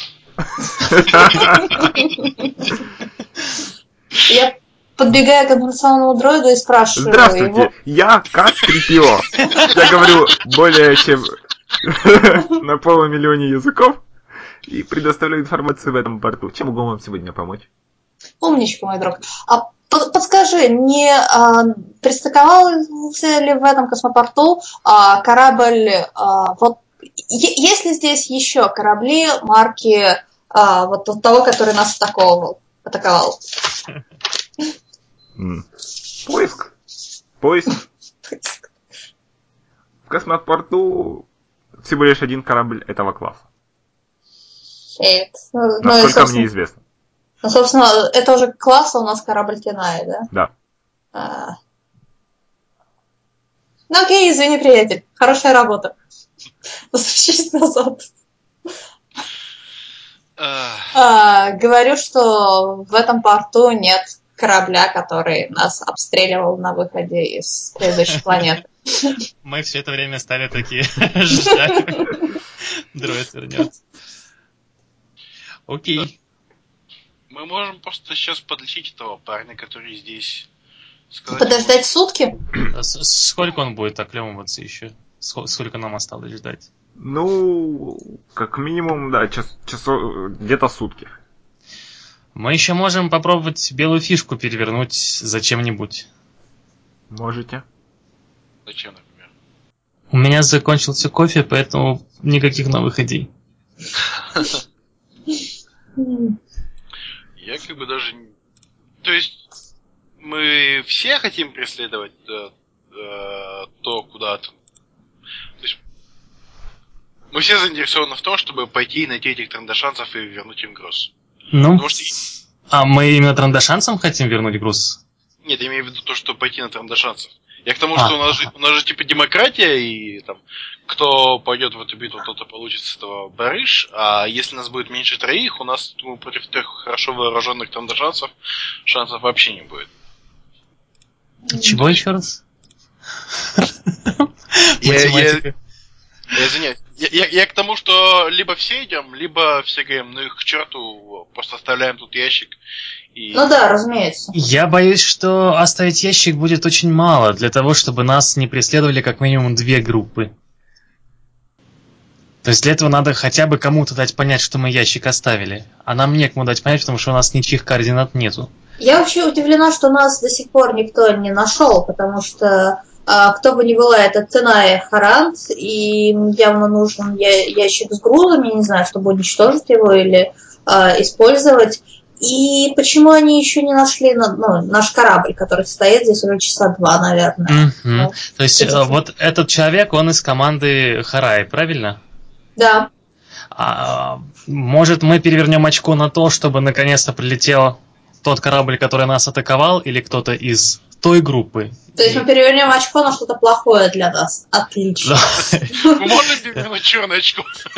Я подбегаю к информационному дроиду и спрашиваю Здравствуйте, его... я К-3PO. Я говорю более чем на 500 000 языков и предоставляю информацию в этом порту. Чем могу вам сегодня помочь? Умничка, мой друг. Подскажи, не пристыковался ли в этом космопорту корабль... Есть ли здесь еще корабли марки вот того, который нас атаковал? Поиск. В космопорту всего лишь один корабль этого класса. Насколько мне известно. Ну, собственно, это уже класс, у нас корабль Тинай, да? Да. Ну окей, извини, приятель. Хорошая работа. Возвращайся назад. Говорю, что в этом порту нет корабля, который нас обстреливал на выходе из предыдущей планеты. Мы все это время стали такие ждать. Дроид вернется. Окей. Мы можем просто сейчас подлечить этого парня, который здесь. Подождать сутки? Сколько он будет оклемываться еще? Сколько нам осталось ждать? Ну, как минимум, да, где-то сутки. Мы еще можем попробовать белую фишку перевернуть зачем-нибудь. Можете. Зачем, например? У меня закончился кофе, поэтому никаких новых идей. Я как бы даже... То есть мы все хотим преследовать то куда-то. То есть мы все заинтересованы в том, чтобы пойти и найти этих трандашанцев и вернуть им груз. Ну, что... мы именно трандашанцам хотим вернуть груз? Нет, я имею в виду то, что пойти на трандашанцев. Я к тому, что у нас же типа демократия, и там кто пойдет в эту битву, тот и получит с этого барыш. А если нас будет меньше 3, у нас, думаю, против 3 хорошо вооруженных трандашанцев шансов вообще не будет. Чего еще раз? Я извиняюсь. Я к тому, что либо все идем, либо все говорим, ну их к черту, просто оставляем тут ящик. И... Ну да, разумеется. Я боюсь, что оставить ящик будет очень мало для того, чтобы нас не преследовали как минимум 2 группы. То есть для этого надо хотя бы кому-то дать понять, что мы ящик оставили. А нам некому дать понять, потому что у нас ничьих координат нету. Я вообще удивлена, что нас до сих пор никто не нашел, потому что кто бы ни была, это Тенай Харант, и им явно нужен ящик с грузами, не знаю, чтобы уничтожить его или использовать. И почему они еще не нашли наш корабль, который стоит здесь уже часа 2, наверное. Ну, то есть вот этот человек, он из команды Хараи, правильно? Да. Может, мы перевернем очко на то, чтобы наконец-то прилетел тот корабль, который нас атаковал, или кто-то из той группы? То есть мы перевернем очко на что-то плохое для нас. Отлично. Мы можем перевернуть черное очко?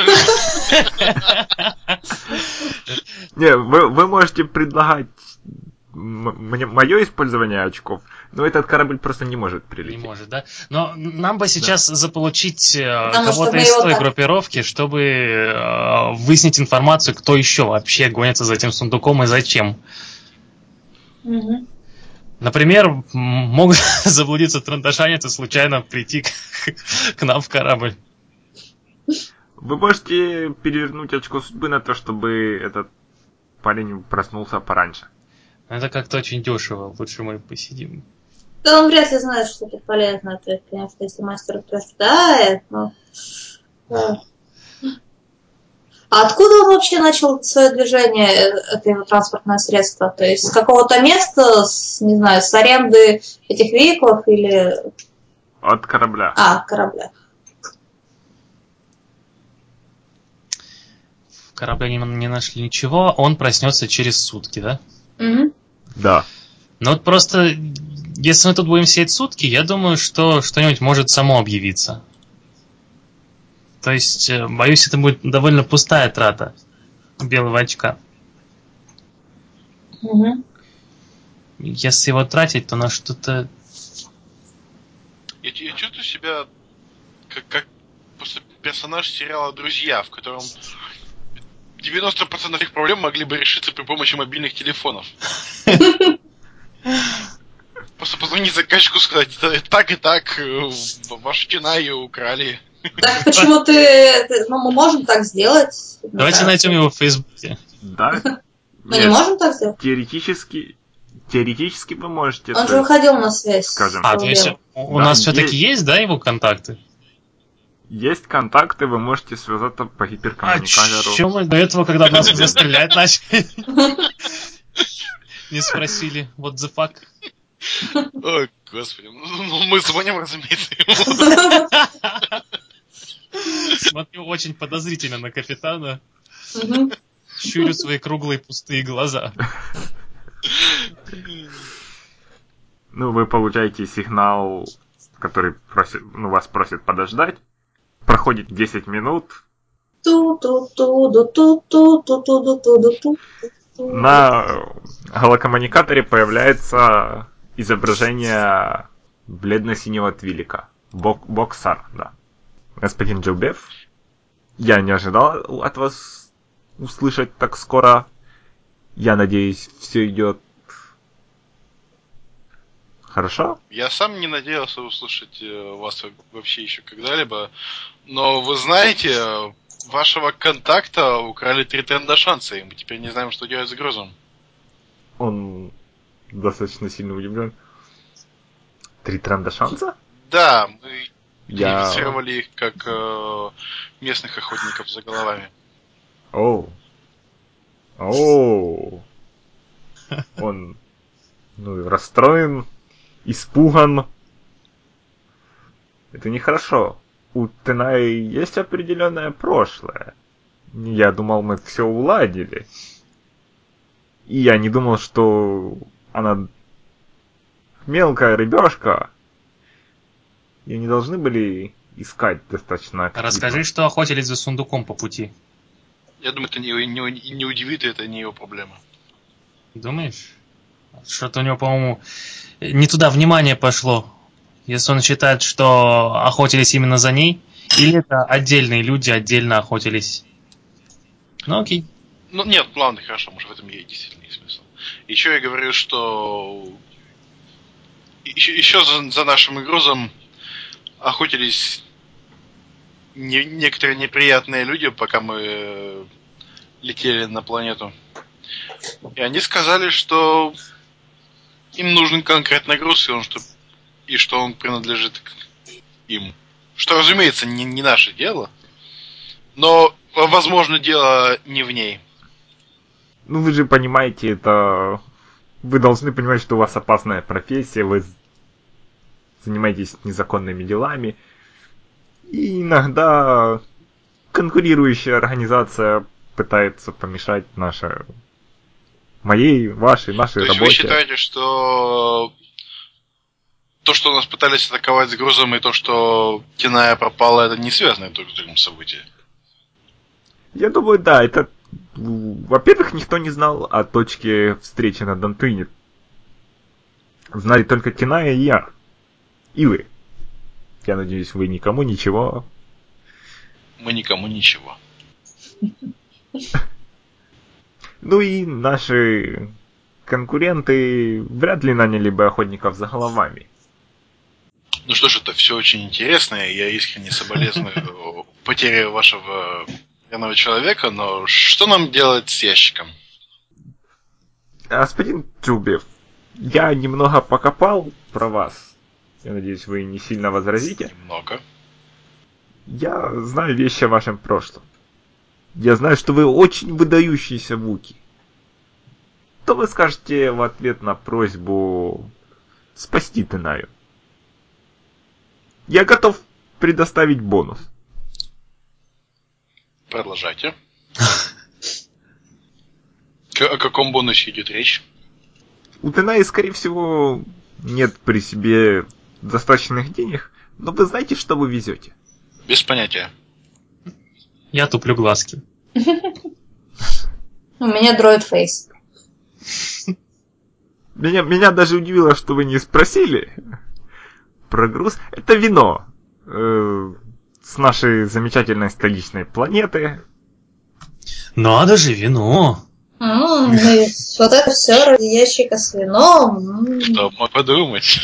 Не, вы можете предлагать мое использование очков, но этот корабль просто не может прилететь. Не может, да? Но нам бы сейчас заполучить кого-то из той группировки, чтобы выяснить информацию, кто еще вообще гонится за этим сундуком и зачем. Угу. Например, могут заблудиться трандашанец и случайно прийти к нам в корабль. Вы можете перевернуть очко судьбы на то, чтобы этот парень проснулся пораньше. Это как-то очень дешево. Лучше мы посидим. Да он вряд ли знает, что это полезно. То есть, конечно, если мастер утверждает, но... А откуда он вообще начал свое движение, это его транспортное средство? То есть с какого-то места, не знаю, с аренды этих вехов или... От корабля. От корабля. В корабле не нашли ничего, он проснется через сутки, да? Угу. Да. Ну вот просто, если мы тут будем сидеть сутки, я думаю, что что-нибудь может само объявиться. То есть, боюсь, это будет довольно пустая трата белого очка. Угу. Если его тратить, то на что-то... Я чувствую себя как просто персонаж сериала «Друзья», в котором 90% их проблем могли бы решиться при помощи мобильных телефонов. Просто позвонить заказчику, сказать, так и так, вашу Тенаю украли. Так почему мы можем так сделать? Давайте найдем его в Фейсбуке. Да? Мы не можем так сделать? Теоретически вы можете. Он же выходил на связь. Скажем. То есть у нас все-таки есть, да, его контакты? Есть контакты, вы можете связаться по гиперкоммуникатору. А чё мы до этого, когда нас уже стрелять начали, не спросили, what the fuck? Ой, господи, ну мы звоним, разумеется, ему. Смотрю очень подозрительно на капитана. Щурю свои круглые пустые глаза. Ну, вы получаете сигнал, который вас просит подождать. Проходит 10 минут. На голокоммуникаторе появляется изображение бледно-синего твилика. Боксар, да. Господин Джилбеф, я не ожидал от вас услышать так скоро. Я надеюсь, все идет хорошо? Я сам не надеялся услышать вас вообще еще когда-либо, но вы знаете, вашего контакта украли 3 трандашанца, и мы теперь не знаем, что делать с грузом. Он достаточно сильно удивлен. 3 трандашанца? Да, мы идентифицировали их как местных охотников за головами. Оу. Он расстроен, испуган. Это нехорошо. У Тенаи есть определенное прошлое. Я думал, мы все уладили. И я не думал, что она мелкая рыбешка. Ее не должны были искать достаточно активно. Расскажи, что охотились за сундуком по пути. Я думаю, это не удивит, и это не его проблема. Думаешь? Что-то у него, по-моему, не туда внимание пошло. Если он считает, что охотились именно за ней, Или это отдельные люди отдельно охотились? Ну окей. Ну нет, ладно, хорошо, может в этом и действительно есть смысл. Еще я говорю, что еще за нашим грузом охотились некоторые неприятные люди, пока мы летели на планету. И они сказали, что им нужен конкретный груз, и что он принадлежит им. Что, разумеется, не наше дело. Но, возможно, дело не в ней. Ну вы же понимаете, это... Вы должны понимать, что у вас опасная профессия, вы занимаетесь незаконными делами. И иногда конкурирующая организация пытается помешать моей, вашей, нашей То есть работе. вы считаете, что то, что нас пытались атаковать с грузом, и то, что Тиная пропала, это не связано друг с другом события? Я думаю, да, это... Во-первых, никто не знал о точке встречи на Дантуине. Знали только Тиная и я. И вы. Я надеюсь, вы никому ничего... Мы никому ничего. Ну и наши конкуренты вряд ли наняли бы охотников за головами. Ну что ж, это все очень интересно, и я искренне соболезную потере вашего верного человека, но что нам делать с ящиком? Господин Чубев, я немного покопал про вас. Я надеюсь, вы не сильно возразите. Немного. Я знаю вещи о вашем прошлом. Я знаю, что вы очень выдающийся Вуки. Что вы скажете в ответ на просьбу спасти Тенаю? Я готов предоставить бонус. Продолжайте. О каком бонусе идет речь? У Тенаи, скорее всего, нет при себе достаточных денег, но вы знаете, что вы везете? Без понятия. Я туплю глазки. У меня дроид фейс. Меня даже удивило, что вы не спросили про груз. Это вино. С нашей замечательной столичной планеты. Надо же, вино. Вот это все ради ящика с вином. Кто мог подумать?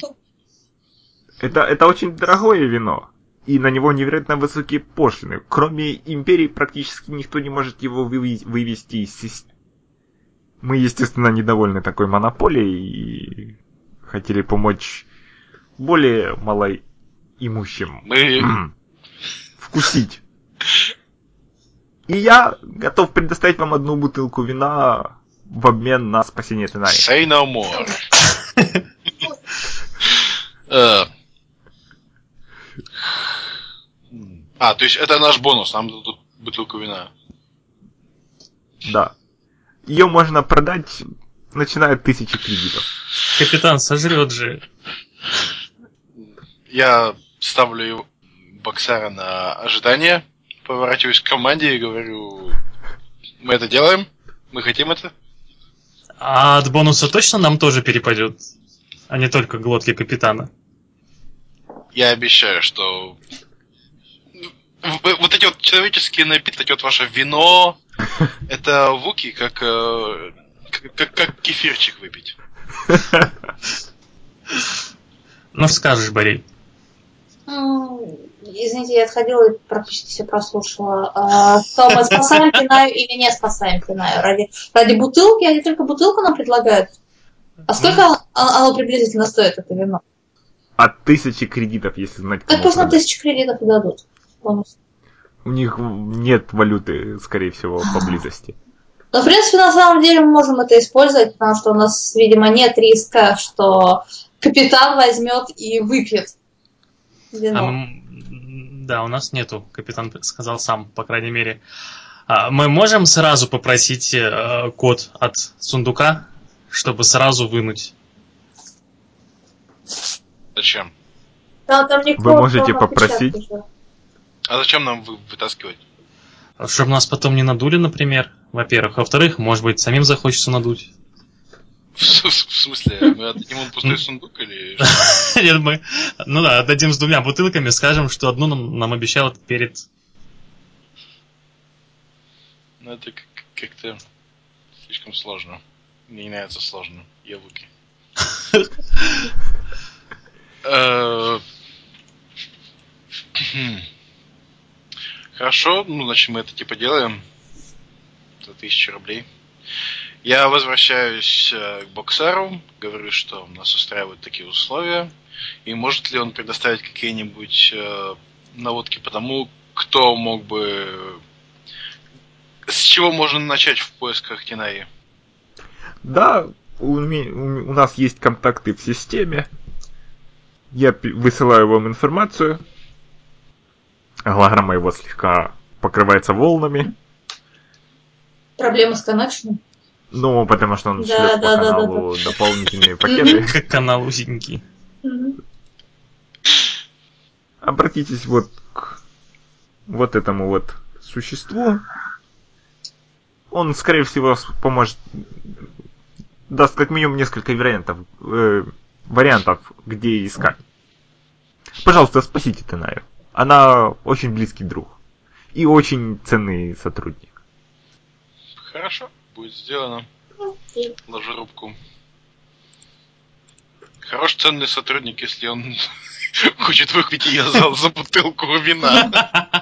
Это очень дорогое вино. И на него невероятно высокие пошлины. Кроме империи практически никто не может его вывести из системы. Мы, естественно, недовольны такой монополией и хотели помочь более малоимущим Мы... вкусить. И я готов предоставить вам одну бутылку вина в обмен на спасение Тенаи. Say no more. То есть это наш бонус, нам дадут бутылку вина. Да. Ее можно продать, начиная от 1000 кредитов. Капитан сожрет же. Я ставлю боксера на ожидание, поворачиваюсь к команде и говорю: мы это делаем, мы хотим это. А от бонуса точно нам тоже перепадет? А не только глотки капитана? Я обещаю, что вот эти вот человеческие напитки, вот ваше вино, это вуки, как кефирчик выпить. Ну, что скажешь, Борей? Извините, я отходила и практически все прослушала. То мы спасаем Тинаю или не спасаем Тинаю? Ради бутылки? Они только бутылку нам предлагают? А сколько оно приблизительно стоит, это вино? От 1000 кредитов, если знать, кому Так пусть на продать. 1000 кредитов и дадут. Бонус. У них нет валюты, скорее всего, поблизости. Но, в принципе, на самом деле мы можем это использовать, потому что у нас, видимо, нет риска, что капитан возьмет и выпьет вино. Да, у нас нету, капитан сказал сам, по крайней мере. Мы можем сразу попросить код от сундука, чтобы сразу вынуть? Зачем? Там не Вы код, можете там попросить? отпечатки же. А зачем нам вытаскивать? Чтобы нас потом не надули, например, во-первых. Во-вторых, может быть, самим захочется надуть. В смысле? Мы отдадим ему пустой сундук или что? Нет, мы, ну да, отдадим с 2 бутылками, скажем, что одну нам обещал перед... Ну, это как-то слишком сложно. Мне не нравится сложно. Яблоки. Хорошо, ну, значит, мы это типа делаем. За 1000 рублей. Я возвращаюсь к боксеру, говорю, что нас устраивают такие условия, и может ли он предоставить какие-нибудь наводки по тому, кто мог бы... С чего можно начать в поисках Тинаи? Да, у нас есть контакты в системе. Я высылаю вам информацию. Голограмма его слегка покрывается волнами. Проблемы с коннекшеном? Ну, потому что он шлет по каналу дополнительные пакеты. Как канал узенький. Обратитесь вот к вот этому вот существу. Он, скорее всего, поможет, даст как минимум несколько вариантов, где искать. Пожалуйста, спасите Тинаю. Она очень близкий друг. И очень ценный сотрудник. Хорошо, будет сделано. Ложу рубку. Хорош ценный сотрудник, если он хочет выкупить ее за бутылку вина.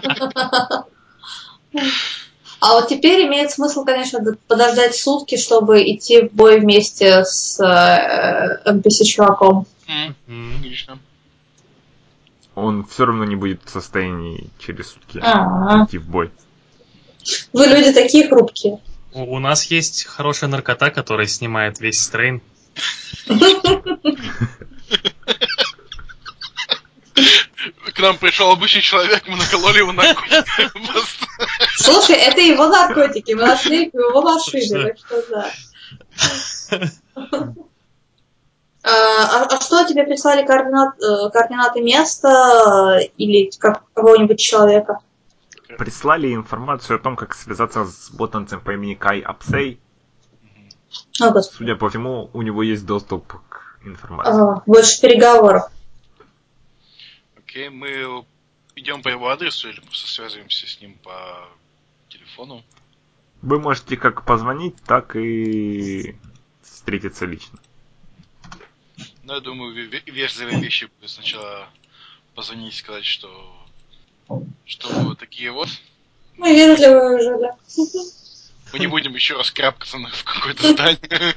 А вот теперь имеет смысл, конечно, подождать сутки, чтобы идти в бой вместе с NPC-чуваком. Отлично. Он все равно не будет в состоянии через сутки идти в бой. Вы люди такие хрупкие. У нас есть хорошая наркота, которая снимает весь стрейн. К нам пришел обычный человек, мы накололи его наркотиками. Слушай, это его наркотики, мы нашли их в его машине, так что да. А что, тебе прислали координаты места или какого-нибудь человека? Прислали информацию о том, как связаться с ботанцем по имени Кай Апсей. Судя по всему, у него есть доступ к информации. Больше переговоров. Окей, мы идем по его адресу или просто связываемся с ним по телефону? Вы можете как позвонить, так и встретиться лично. Ну, я думаю, вежливые вещи будет сначала позвонить и сказать, что мы вот такие вот. Мы вежливые уже, да. Мы не будем еще раз крапкаться в какое-то здание.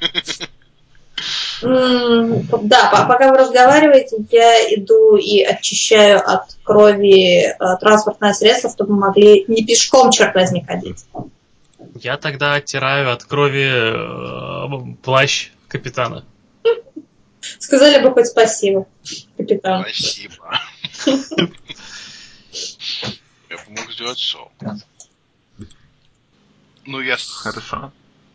Да, пока вы разговариваете, я иду и очищаю от крови транспортное средство, чтобы мы могли не пешком, черт возьми, ходить. Я тогда оттираю от крови плащ капитана. Сказали бы хоть спасибо, капитан. Спасибо. Я помог сделать шоу. Ну, я... Хорошо.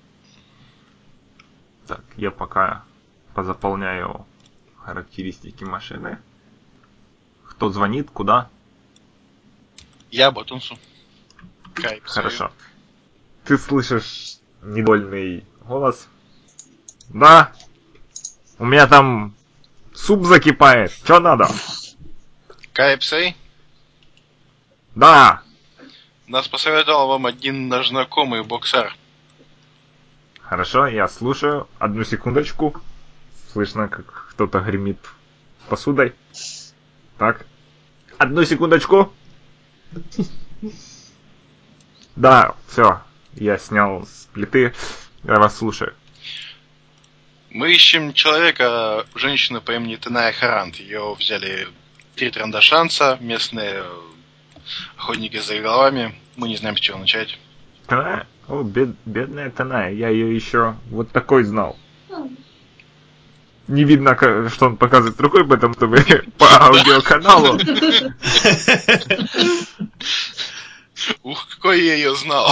Так, я пока позаполняю характеристики машины. Кто звонит, куда? Я Ботунсу. Хорошо. Ты слышишь недовольный голос? Да. У меня там суп закипает. Чё надо? Кайпсей? Да. Нас посоветовал вам один наш знакомый боксер. Хорошо, я слушаю. Одну секундочку. Слышно, как кто-то гремит посудой. Так. Одну секундочку. Да, все. Я снял с плиты. Я вас слушаю. Мы ищем человека, женщину по имени Теная Харант. Ее взяли 3 трандашанца, местные охотники за головами. Мы не знаем, с чего начать. Таная? О, бедная Таная. Я ее еще вот такой знал. Не видно, что он показывает рукой, потому что вы по аудиоканалу. Ух, какой я ее знал.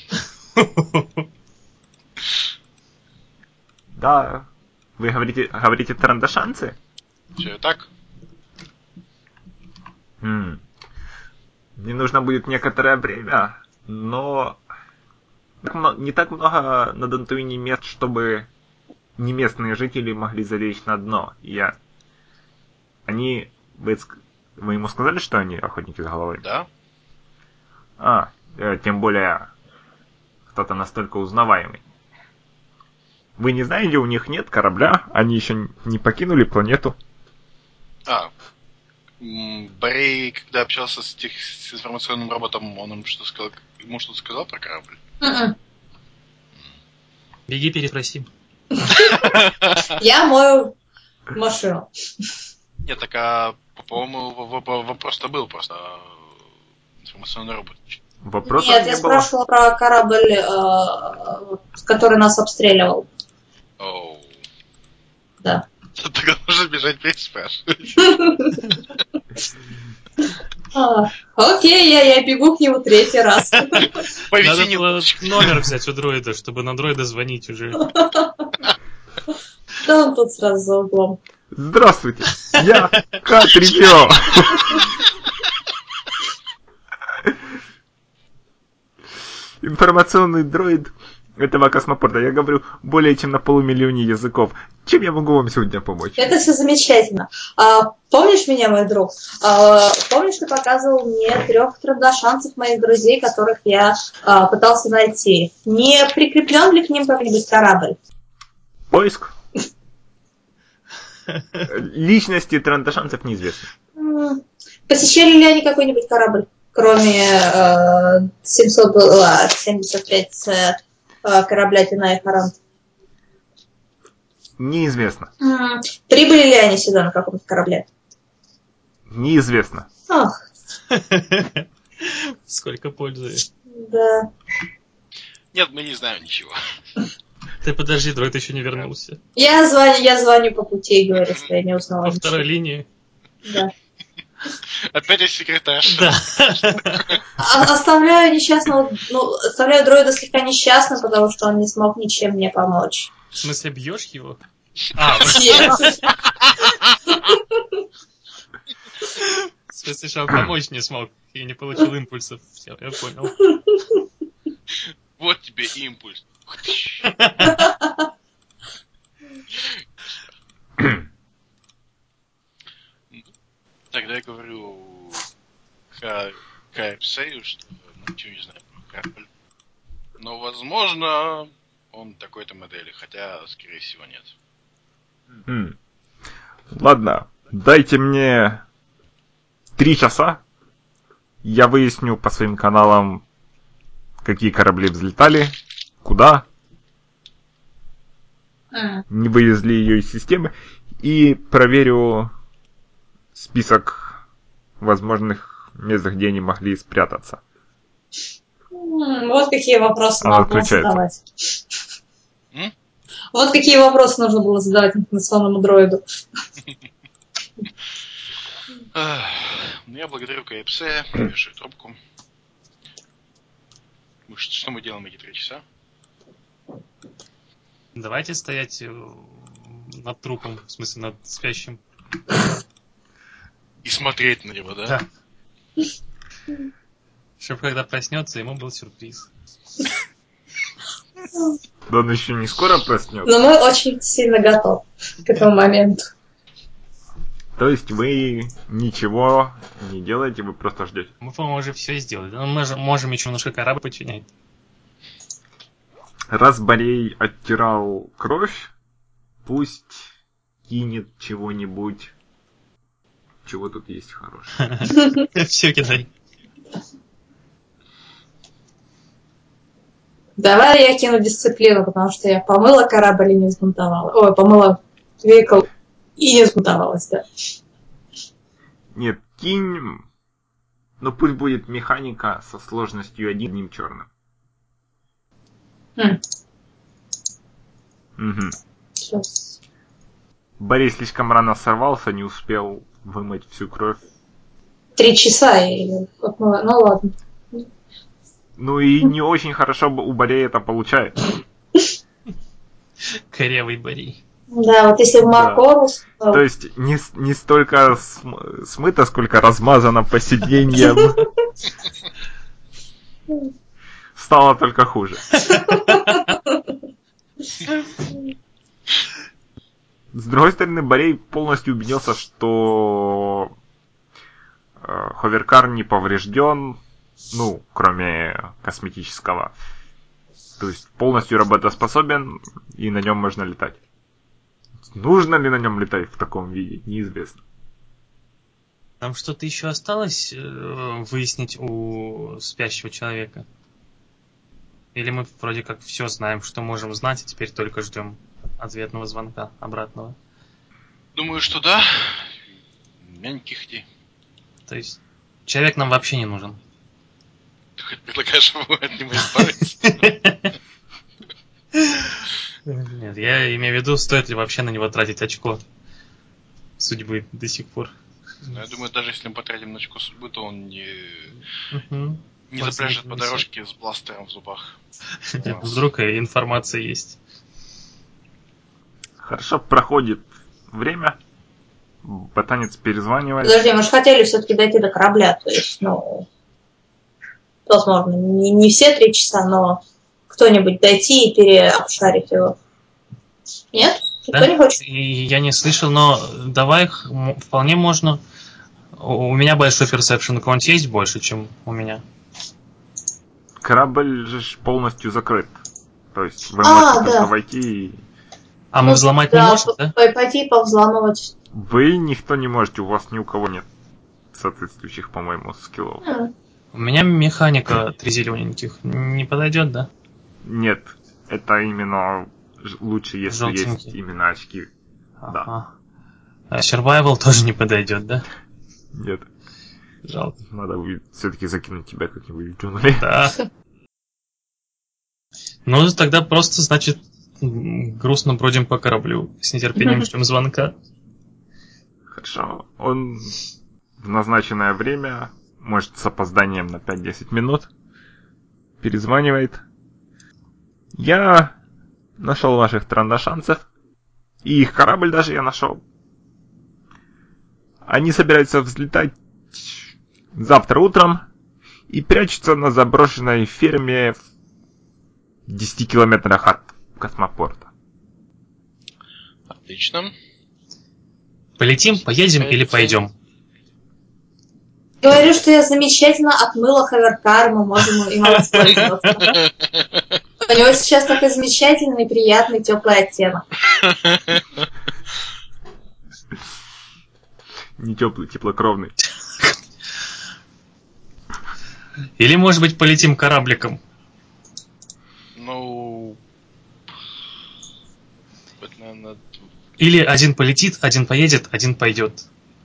Да. Вы говорите трандашанцы? Все так? Мне нужно будет некоторое время, но не так много на Дантуине мест, чтобы не местные жители могли залечь на дно. Они... Вы ему сказали, что они охотники с головой? Да. Тем более кто-то настолько узнаваемый. Вы не знаете, у них нет корабля? Они еще не покинули планету? Борей, когда общался с информационным роботом, он ему что сказал? Ему что-то сказал про корабль? Беги, перепроси. Я мою машину. Нет, так по-моему, вопрос-то был просто информационный робот. Вопросов Нет, не я было. спрашивала про корабль, который нас обстреливал. Оу. Да. Тогда нужно бежать переспрашивать. Окей, я бегу к нему 3-й раз. Надо было номер взять у дроида, чтобы на дроида звонить уже. Да он тут сразу за углом. Здравствуйте, я К-3PO. Информационный дроид этого космопорта. Я говорю более чем на 500 000 языков. Чем я могу вам сегодня помочь? Это все замечательно. Помнишь меня, мой друг? Помнишь, ты показывал мне 3 трандашанцев моих друзей, которых я пытался найти? Не прикреплен ли к ним как-нибудь корабль? Поиск. Личности трандашанцев неизвестны. Посещали ли они какой-нибудь корабль, кроме 775 корабля Тина и Харант? Неизвестно. Прибыли ли они сюда на каком-то корабле? Неизвестно. Ах. Сколько пользы. Да. Нет, мы не знаем ничего. Ты подожди, дроид еще не вернулся. Я звоню по пути и говорю, что я не узнала По ничего. второй линии. Да. Опять я секретарша. Да. Оставляю дроида слегка несчастным, потому что он не смог ничем мне помочь. В смысле, бьешь его? Нет. В смысле, что он помочь не смог и не получил импульсов. Я понял. Вот тебе импульс. Тогда я говорю Кайпсею, что мы ничего не знаем про корабль. Но, возможно, он такой-то модели, хотя, скорее всего, нет. Ладно, дайте мне 3 часа. Я выясню по своим каналам, какие корабли взлетали, куда, не вывезли ее из системы, и проверю список возможных мест, где они могли спрятаться. Вот какие вопросы Она надо было задавать. Вот какие вопросы нужно было задавать информационному дроиду. Я благодарю КФС, вешаю трубку. Что мы делаем эти 3 часа? Давайте стоять над трупом, в смысле над спящим. И смотреть на него, да? Да. Чтобы когда проснется, ему был сюрприз. Да он еще не скоро проснется. Но мы очень сильно готовы к этому моменту. То есть вы ничего не делаете, вы просто ждете. Мы, по-моему, уже все сделали. Но мы можем еще немножко корабль починять. Раз Борей оттирал кровь, пусть кинет чего-нибудь. Чего тут есть хорошего? Все кидай. Давай я кину дисциплину, потому что я помыла корабль и не взбунтовала. Ой, помыла вехал и не взбунтовалась, да. Нет, кинь... Но пусть будет механика со сложностью одним черным. Угу. Сейчас. Борей слишком рано сорвался, не успел вымыть всю кровь. 3 часа я ее отмыла. Ну ладно. Ну и не очень хорошо у Борея это получается. Корявый Борей. Да, вот если в Маркорус... Да. То есть не столько смыто, сколько размазано по сиденьям. Стало только хуже. другой стороны, Борей полностью убедился, что ховеркар не поврежден, ну, кроме косметического. То есть полностью работоспособен, и на нем можно летать. Нужно ли на нем летать в таком виде, неизвестно. Там что-то еще осталось выяснить у спящего человека? Или мы вроде как все знаем, что можем знать, и теперь только ждем ответного звонка обратного? Думаю, что да. У меня никаких идей. То есть человек нам вообще не нужен. Ты хоть предлагаешь его от него избавиться? Нет, я имею в виду, стоит ли вообще на него тратить очко судьбы до сих пор. Ну, я думаю, даже если мы потратим на очко судьбы, то он не Просто запряжет не по дорожке с бластером в зубах. Нет, вдруг информация есть. Хорошо, проходит время. Ботанец перезванивает. Подожди, мы же хотели все-таки дойти до корабля, то есть, ну, возможно, не все 3 часа, но кто-нибудь дойти и переобшарить его. Нет? Никто Да? не хочет? Я не слышал, но давай вполне можно. У меня большой персепшн, у кого-нибудь есть больше, чем у меня? Корабль же полностью закрыт. То есть вы можете только войти и... А мы взломать не можем, да? Пойти повзламывать. Вы никто не можете, у вас ни у кого нет соответствующих, по-моему, скиллов. У меня механика 3 зелененьких не подойдет, да? Нет, это именно лучше, если Желтенькие. есть именно очки. Ага. Да. А survival тоже не подойдет, да? Нет. Жалко. Надо будет все-таки закинуть тебя как-нибудь в джунгли. Да. Ну, тогда просто, значит, грустно бродим по кораблю. С нетерпением ждем звонка. Хорошо. Он в назначенное время, может, с опозданием на 5-10 минут, перезванивает. Я нашел ваших трандашанцев. И их корабль даже я нашел. Они собираются взлетать завтра утром и прячутся на заброшенной ферме в 10 километрах от космопорта. Отлично. Полетим, поедем или пойдем? Говорю, что я замечательно отмыла ховеркар, мы можем им воспользоваться. У него сейчас такой замечательный, приятный, теплый оттенок. Не теплый, теплокровный. Или, может быть, полетим корабликом? Ну... Это, наверное... Или один полетит, один поедет, один пойдет.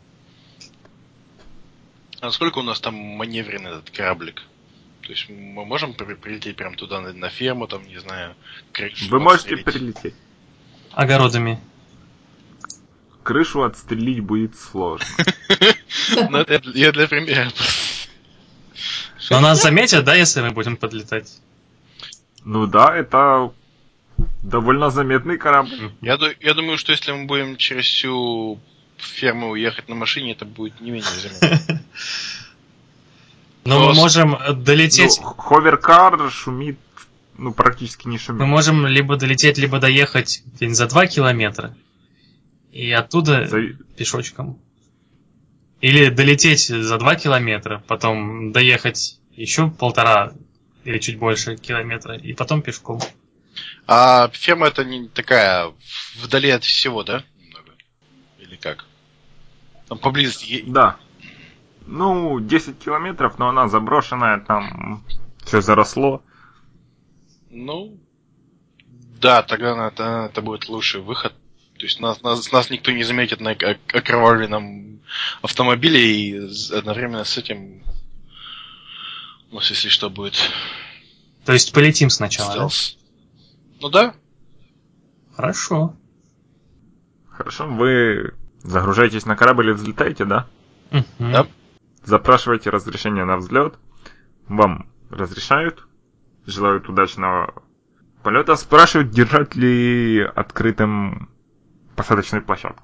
А насколько у нас там маневренный этот кораблик? То есть мы можем прилететь прямо туда, на ферму, там, не знаю, крышу. Вы можете прилететь. Огородами. Крышу отстрелить будет сложно. Ну, это я для примера. Но нас заметят, да, если мы будем подлетать? Ну да, это довольно заметный корабль. Я думаю, что если мы будем через всю ферму уехать на машине, это будет не менее заметно. Но мы можем долететь... Ну, ховеркар шумит, ну, практически не шумит. Мы можем либо долететь, либо доехать где-нибудь за 2 километра. И оттуда пешочком. Или долететь за 2 километра, потом доехать еще 1,5 или чуть больше километра, и потом пешком. А ферма это не такая вдали от всего, да? Немного. Или как? Там поблизости. Да. Ну, 10 километров, но она заброшенная, там все заросло. Ну, да, тогда это будет лучший выход. То есть нас никто не заметит на окровавленном автомобиле, и одновременно с этим у нас, если что, будет... То есть полетим сначала, стелс. Да? Ну да. Хорошо. Хорошо, вы загружаетесь на корабль и взлетаете, да? Да. Запрашиваете разрешение на взлет. Вам разрешают. Желают удачного полета. Спрашивают, держать ли открытым посадочную площадку.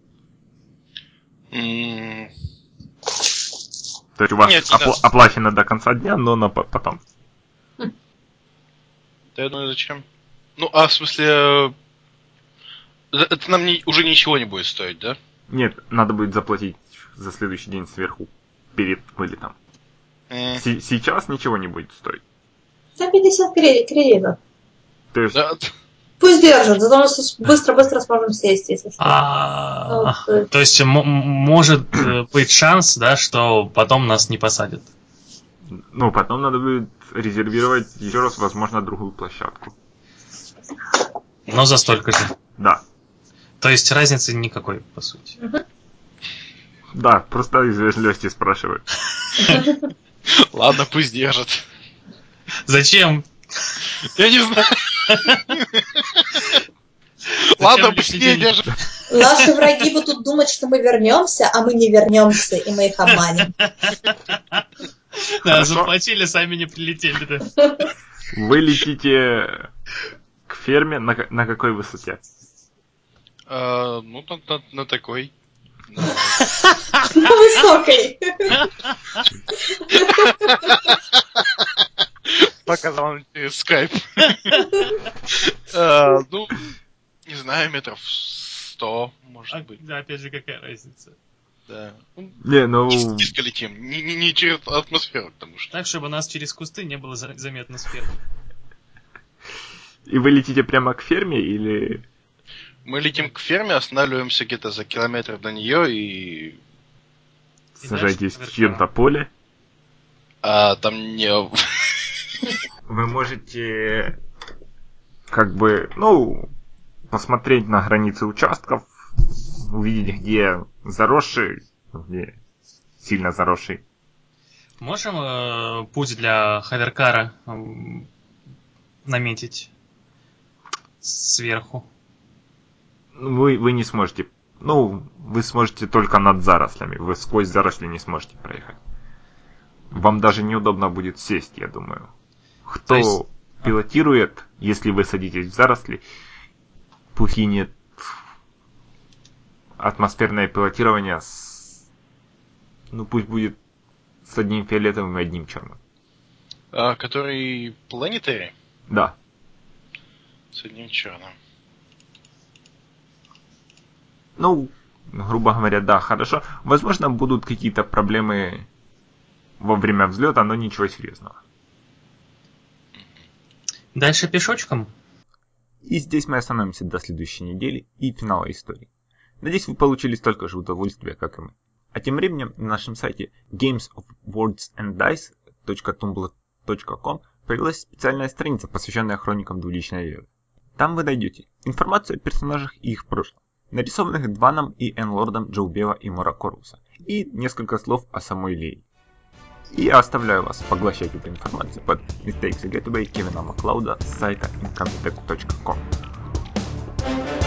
То есть у вас оплачено до конца дня, но потом. Да, я думаю, зачем? Ну, а в смысле... Это нам уже ничего не будет стоить, да? Нет, надо будет заплатить за следующий день сверху, перед вылетом. Сейчас ничего не будет стоить. 150 кредитов. То есть... Да. Пусть держат, зато мы быстро сможем сесть, если что. То есть может быть шанс, да, что потом нас не посадят. Ну, потом надо будет резервировать еще раз, возможно, другую площадку. Но за столько же. Да. То есть разницы никакой, по сути. Да, просто из вежливости спрашиваю. Ладно, пусть держат. Зачем? Я не знаю. Ладно, пусть не держат. Наши враги будут думать, что мы вернемся, а мы не вернемся, и мы их обманем. Да, заплатили, сами не прилетели, да. Вы летите к ферме на какой высоте? Ну, на такой. На высокой. Показал через скайп. Ну, не знаю, метров 100, может быть. Да, опять же, какая разница? Да. Не, ну... Низко летим, не через атмосферу, потому что... Так, чтобы нас через кусты не было заметно сверху. И вы летите прямо к ферме, или... Мы летим к ферме, останавливаемся где-то за километр до нее и... Сажаетесь в чьем-то поле. А там не... Вы можете... как бы, ну... посмотреть на границы участков, увидеть, где заросший, где сильно заросший. Можем путь для хаверкара наметить сверху? Вы не сможете. Ну, вы сможете только над зарослями. Вы сквозь заросли не сможете проехать. Вам даже неудобно будет сесть, я думаю. Кто пилотирует, если вы садитесь в заросли, пухинет атмосферное пилотирование ну пусть будет с одним фиолетовым и одним черным. Который Planetary? Да. С одним черным. Ну, грубо говоря, да, хорошо. Возможно, будут какие-то проблемы во время взлета, но ничего серьезного. Дальше пешочком? И здесь мы остановимся до следующей недели и финала истории. Надеюсь, вы получили столько же удовольствия, как и мы. А тем временем на нашем сайте gamesofwordsanddice.tumblr.com появилась специальная страница, посвященная хроникам двуличной игры. Там вы найдете информацию о персонажах и их прошлом, нарисованных Дваном и Энлордом Джоубева и Мора Коруса, и несколько слов о самой Лее. И я оставляю вас поглощать эту информацию под Mistakes и Getaway Кевина Маклауда с сайта incompetech.com.